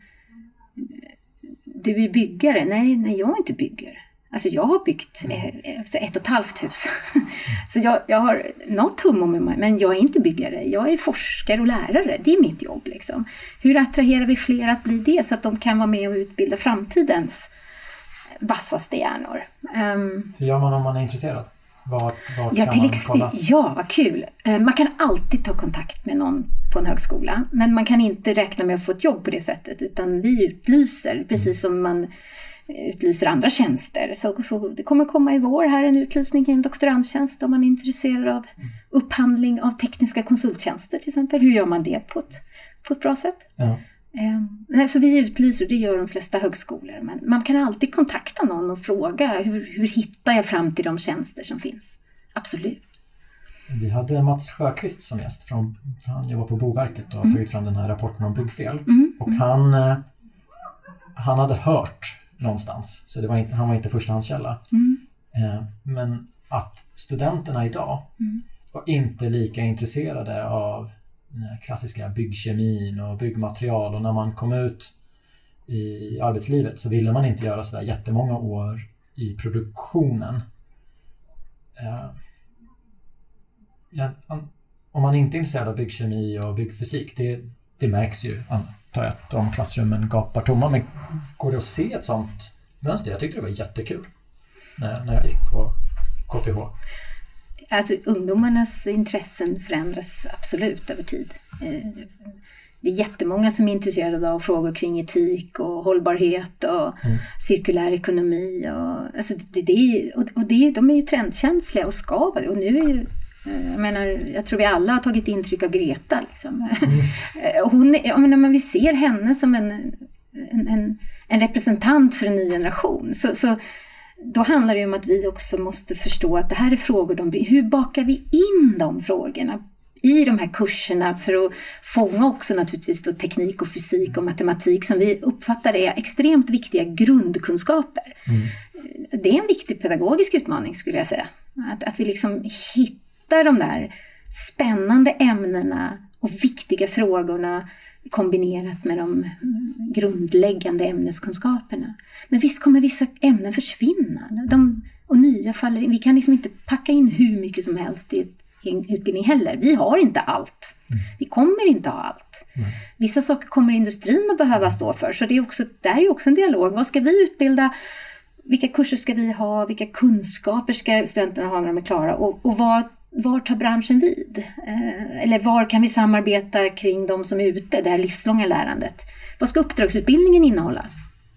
du är byggare. Nej, jag är inte byggare. Alltså jag har byggt 1,5 hus. Så jag har något hum om mig, men jag är inte byggare. Jag är forskare och lärare. Det är mitt jobb liksom. Hur attraherar vi fler att bli det så att de kan vara med och utbilda framtidens vassaste hjärnor? Hur gör man om man är intresserad? Vart kan man kolla? Ja, vad kul. Man kan alltid ta kontakt med någon på en högskola. Men man kan inte räkna med att få ett jobb på det sättet. Utan vi utlyser, precis som man utlyser andra tjänster. Så det kommer komma i vår här en utlysning i en doktorandtjänst om man är intresserad av upphandling av tekniska konsulttjänster till exempel. Hur gör man det på ett bra sätt? Ja. Så vi utlyser, det gör de flesta högskolor. Men man kan alltid kontakta någon och fråga hur hittar jag fram till de tjänster som finns? Absolut. Vi hade Mats Sjöqvist som gäst. Han jobbar på Boverket och har tagit fram den här rapporten om byggfel. Och han hade hört någonstans, så han var inte förstahandskälla. Men att studenterna idag var inte lika intresserade av den här klassiska byggkemin och byggmaterial, och när man kom ut i arbetslivet så ville man inte göra så där jättemånga år i produktionen. Om man inte är intresserad av byggkemi och byggfysik, det märks ju, antar jag, att de klassrummen gapar tomma. Men går det att se ett sånt mönster? Jag tyckte det var jättekul när jag gick på KTH. Alltså ungdomarnas intressen förändras absolut över tid. Det är jättemånga som är intresserade av frågor kring etik och hållbarhet och cirkulär ekonomi. Alltså de är ju trendkänsliga och ska vara. Och nu är ju, jag tror vi alla har tagit intryck av Greta. Liksom. Men vi ser henne som en representant för en ny generation. Så då handlar det ju om att vi också måste förstå att det här är frågor, hur bakar vi in de frågorna i de här kurserna för att fånga också naturligtvis då teknik och fysik och matematik som vi uppfattar är extremt viktiga grundkunskaper. Det är en viktig pedagogisk utmaning skulle jag säga. Att vi liksom hittar de där spännande ämnena och viktiga frågorna kombinerat med de grundläggande ämneskunskaperna. Men visst kommer vissa ämnen försvinna. Och nya faller in. Vi kan liksom inte packa in hur mycket som helst i en utbildning heller. Vi har inte allt. Vi kommer inte ha allt. Vissa saker kommer industrin att behöva stå för. Så det är också en dialog. Vad ska vi utbilda? Vilka kurser ska vi ha? Vilka kunskaper ska studenterna ha när de är klara? Och var tar branschen vid? Eller var kan vi samarbeta kring de som är ute? Det här livslånga lärandet. Vad ska uppdragsutbildningen innehålla?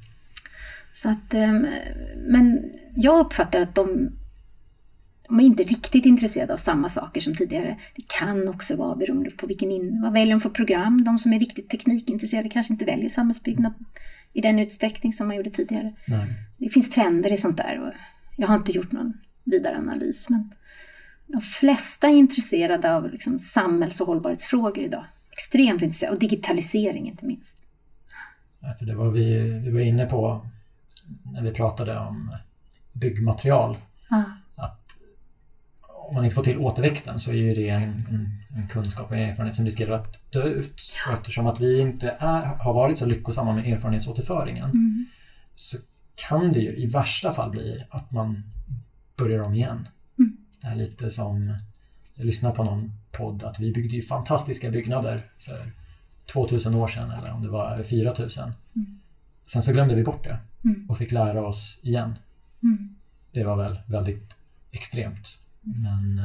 Så att, men jag uppfattar att de är inte riktigt intresserade av samma saker som tidigare. Det kan också vara beroende på vad väljer de för program. De som är riktigt teknikintresserade kanske inte väljer samhällsbyggnad i den utsträckning som man gjorde tidigare. Nej. Det finns trender i sånt där. Och jag har inte gjort någon vidare analys, men de flesta är intresserade av liksom samhälls- och hållbarhetsfrågor idag. Extremt intresserade. Och digitalisering inte minst. Ja, för det var vi var inne på när vi pratade om byggmaterial. Att om man inte får till återväxten så är ju det en kunskap och en erfarenhet som riskerar att dö ut. Och eftersom att vi inte har varit så lyckosamma med erfarenhetsåterföringen så kan det ju i värsta fall bli att man börjar om igen. Det är lite som, jag lyssnade på någon podd, att vi byggde ju fantastiska byggnader för 2000 år sedan eller om det var 4000. Sen så glömde vi bort det och fick lära oss igen. Det var väl väldigt extremt, men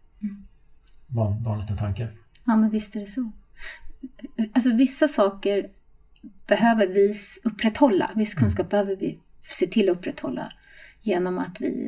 var en liten tanke. Ja, men visst är det så. Alltså vissa saker behöver vi upprätthålla, viss kunskap behöver vi se till att upprätthålla genom att vi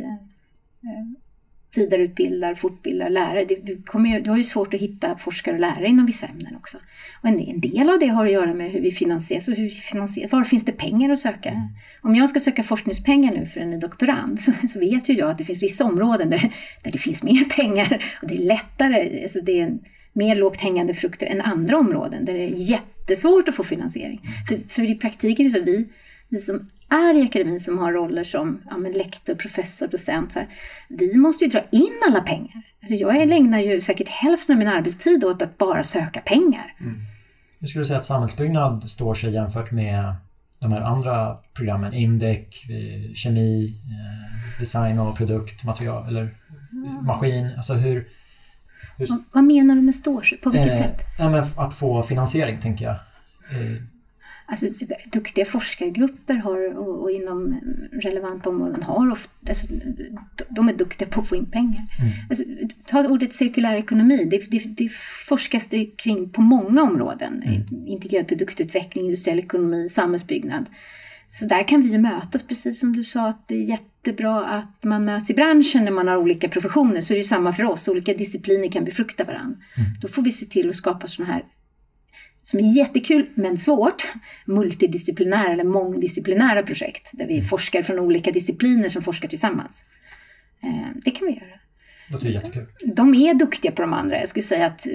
vidareutbildar, fortbildar lärare. Du har ju svårt att hitta forskare och lärare inom vissa ämnen också. Och en del av det har att göra med hur vi finansierar. Var finns det pengar att söka? Om jag ska söka forskningspengar nu för en doktorand så vet ju jag att det finns vissa områden där det finns mer pengar och det är lättare, alltså det är mer lågt hängande frukter än andra områden där det är jättesvårt att få finansiering. För i praktiken är det så att vi som är i akademin som har roller som lektor, professor, docent. Så här, vi måste ju dra in alla pengar. Alltså jag ägnar ju säkert hälften av min arbetstid åt att bara söka pengar. Jag skulle säga att samhällsbyggnad står sig jämfört med de här andra programmen. IMDEC, kemi, design och produkt, material eller maskin. Alltså hur vad menar du med står sig? På vilket sätt? Att få finansiering tänker jag. Alltså, duktiga forskargrupper och inom relevanta områden har ofta, alltså, de är duktiga på att få in pengar. Alltså, ta ordet cirkulär ekonomi, det forskas det kring på många områden. Integrerad produktutveckling, industriell ekonomi, samhällsbyggnad. Så där kan vi ju mötas, precis som du sa att det är jättebra att man möts i branschen när man har olika professioner. Så är det ju samma för oss, olika discipliner kan befrukta varandra. Då får vi se till att skapa sådana här som är jättekul men svårt, multidisciplinära eller mångdisciplinära projekt där vi forskar från olika discipliner som forskar tillsammans. Det kan vi göra. Det låter jättekul. De är duktiga på de andra. Jag skulle säga att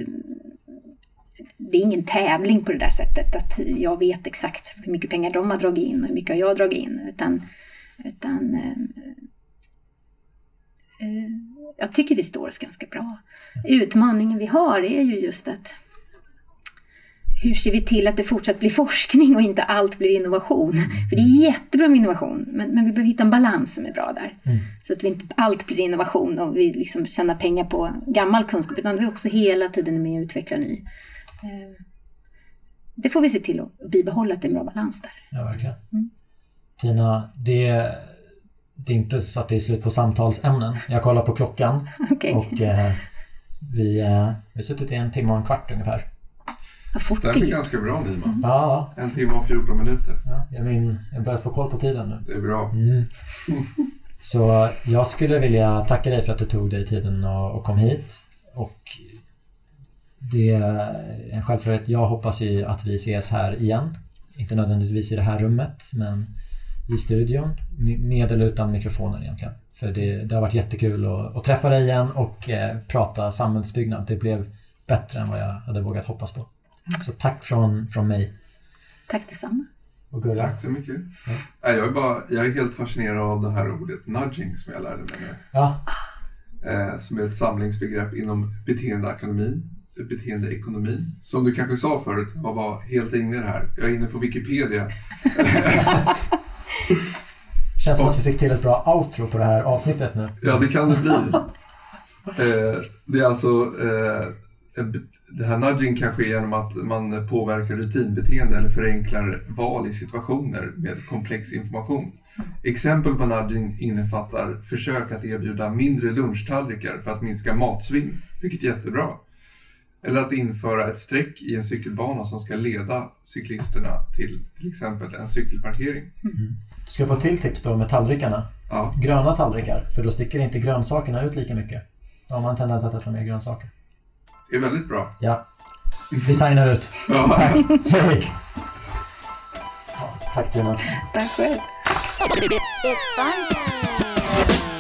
det är ingen tävling på det där sättet att jag vet exakt hur mycket pengar de har dragit in och hur mycket har jag dragit in. Utan jag tycker vi står oss ganska bra. Utmaningen vi har är ju just att hur ser vi till att det fortsatt blir forskning och inte allt blir innovation? För det är jättebra med innovation, men vi behöver hitta en balans som är bra där. Så att vi inte allt blir innovation och vi liksom tjänar pengar på gammal kunskap, utan vi också hela tiden är med och utvecklar ny. Det får vi se till att bibehålla att det är en bra balans där. Ja, verkligen. Tina, det är inte så att det är slut på samtalsämnen. Jag kollar på klockan. Okay. Och vi har suttit i 1 timme och en kvart ungefär. Det är ganska bra, Nima. Ja. 1 timme och 14 minuter. Ja, jag börjar få koll på tiden nu. Det är bra. Så jag skulle vilja tacka dig för att du tog dig tiden och kom hit. Och det är en självklarhet. Jag hoppas ju att vi ses här igen. Inte nödvändigtvis i det här rummet, men i studion. Med eller utan mikrofoner egentligen. För det har varit jättekul att träffa dig igen och prata samhällsbyggnad. Det blev bättre än vad jag hade vågat hoppas på. Så tack från mig. Tack detsamma. Och Gurra. Tack så mycket. Ja. Jag är helt fascinerad av det här ordet nudging som jag lärde mig nu. Ja. Som är ett samlingsbegrepp inom beteendeekonomin. Som du kanske sa förut, jag var helt inne i det här. Jag är inne på Wikipedia. Känns som att vi fick till ett bra outro på det här avsnittet nu. Ja, det kan det bli. Det är alltså... Det här nudging kan ske genom att man påverkar rutinbeteende eller förenklar val i situationer med komplex information. Exempel på nudging innefattar försök att erbjuda mindre lunchtallrikar för att minska matsvinn, vilket är jättebra. Eller att införa ett streck i en cykelbana som ska leda cyklisterna till exempel en cykelparkering. Du ska få till tips då med tallrikarna. Ja. Gröna tallrikar, för då sticker inte grönsakerna ut lika mycket. Då har man tendens att äta mer grönsaker. Det är väldigt bra. Ja. Vi signar ut. Ja. Tack. Hej. Ja, tack Tina. Tack själv.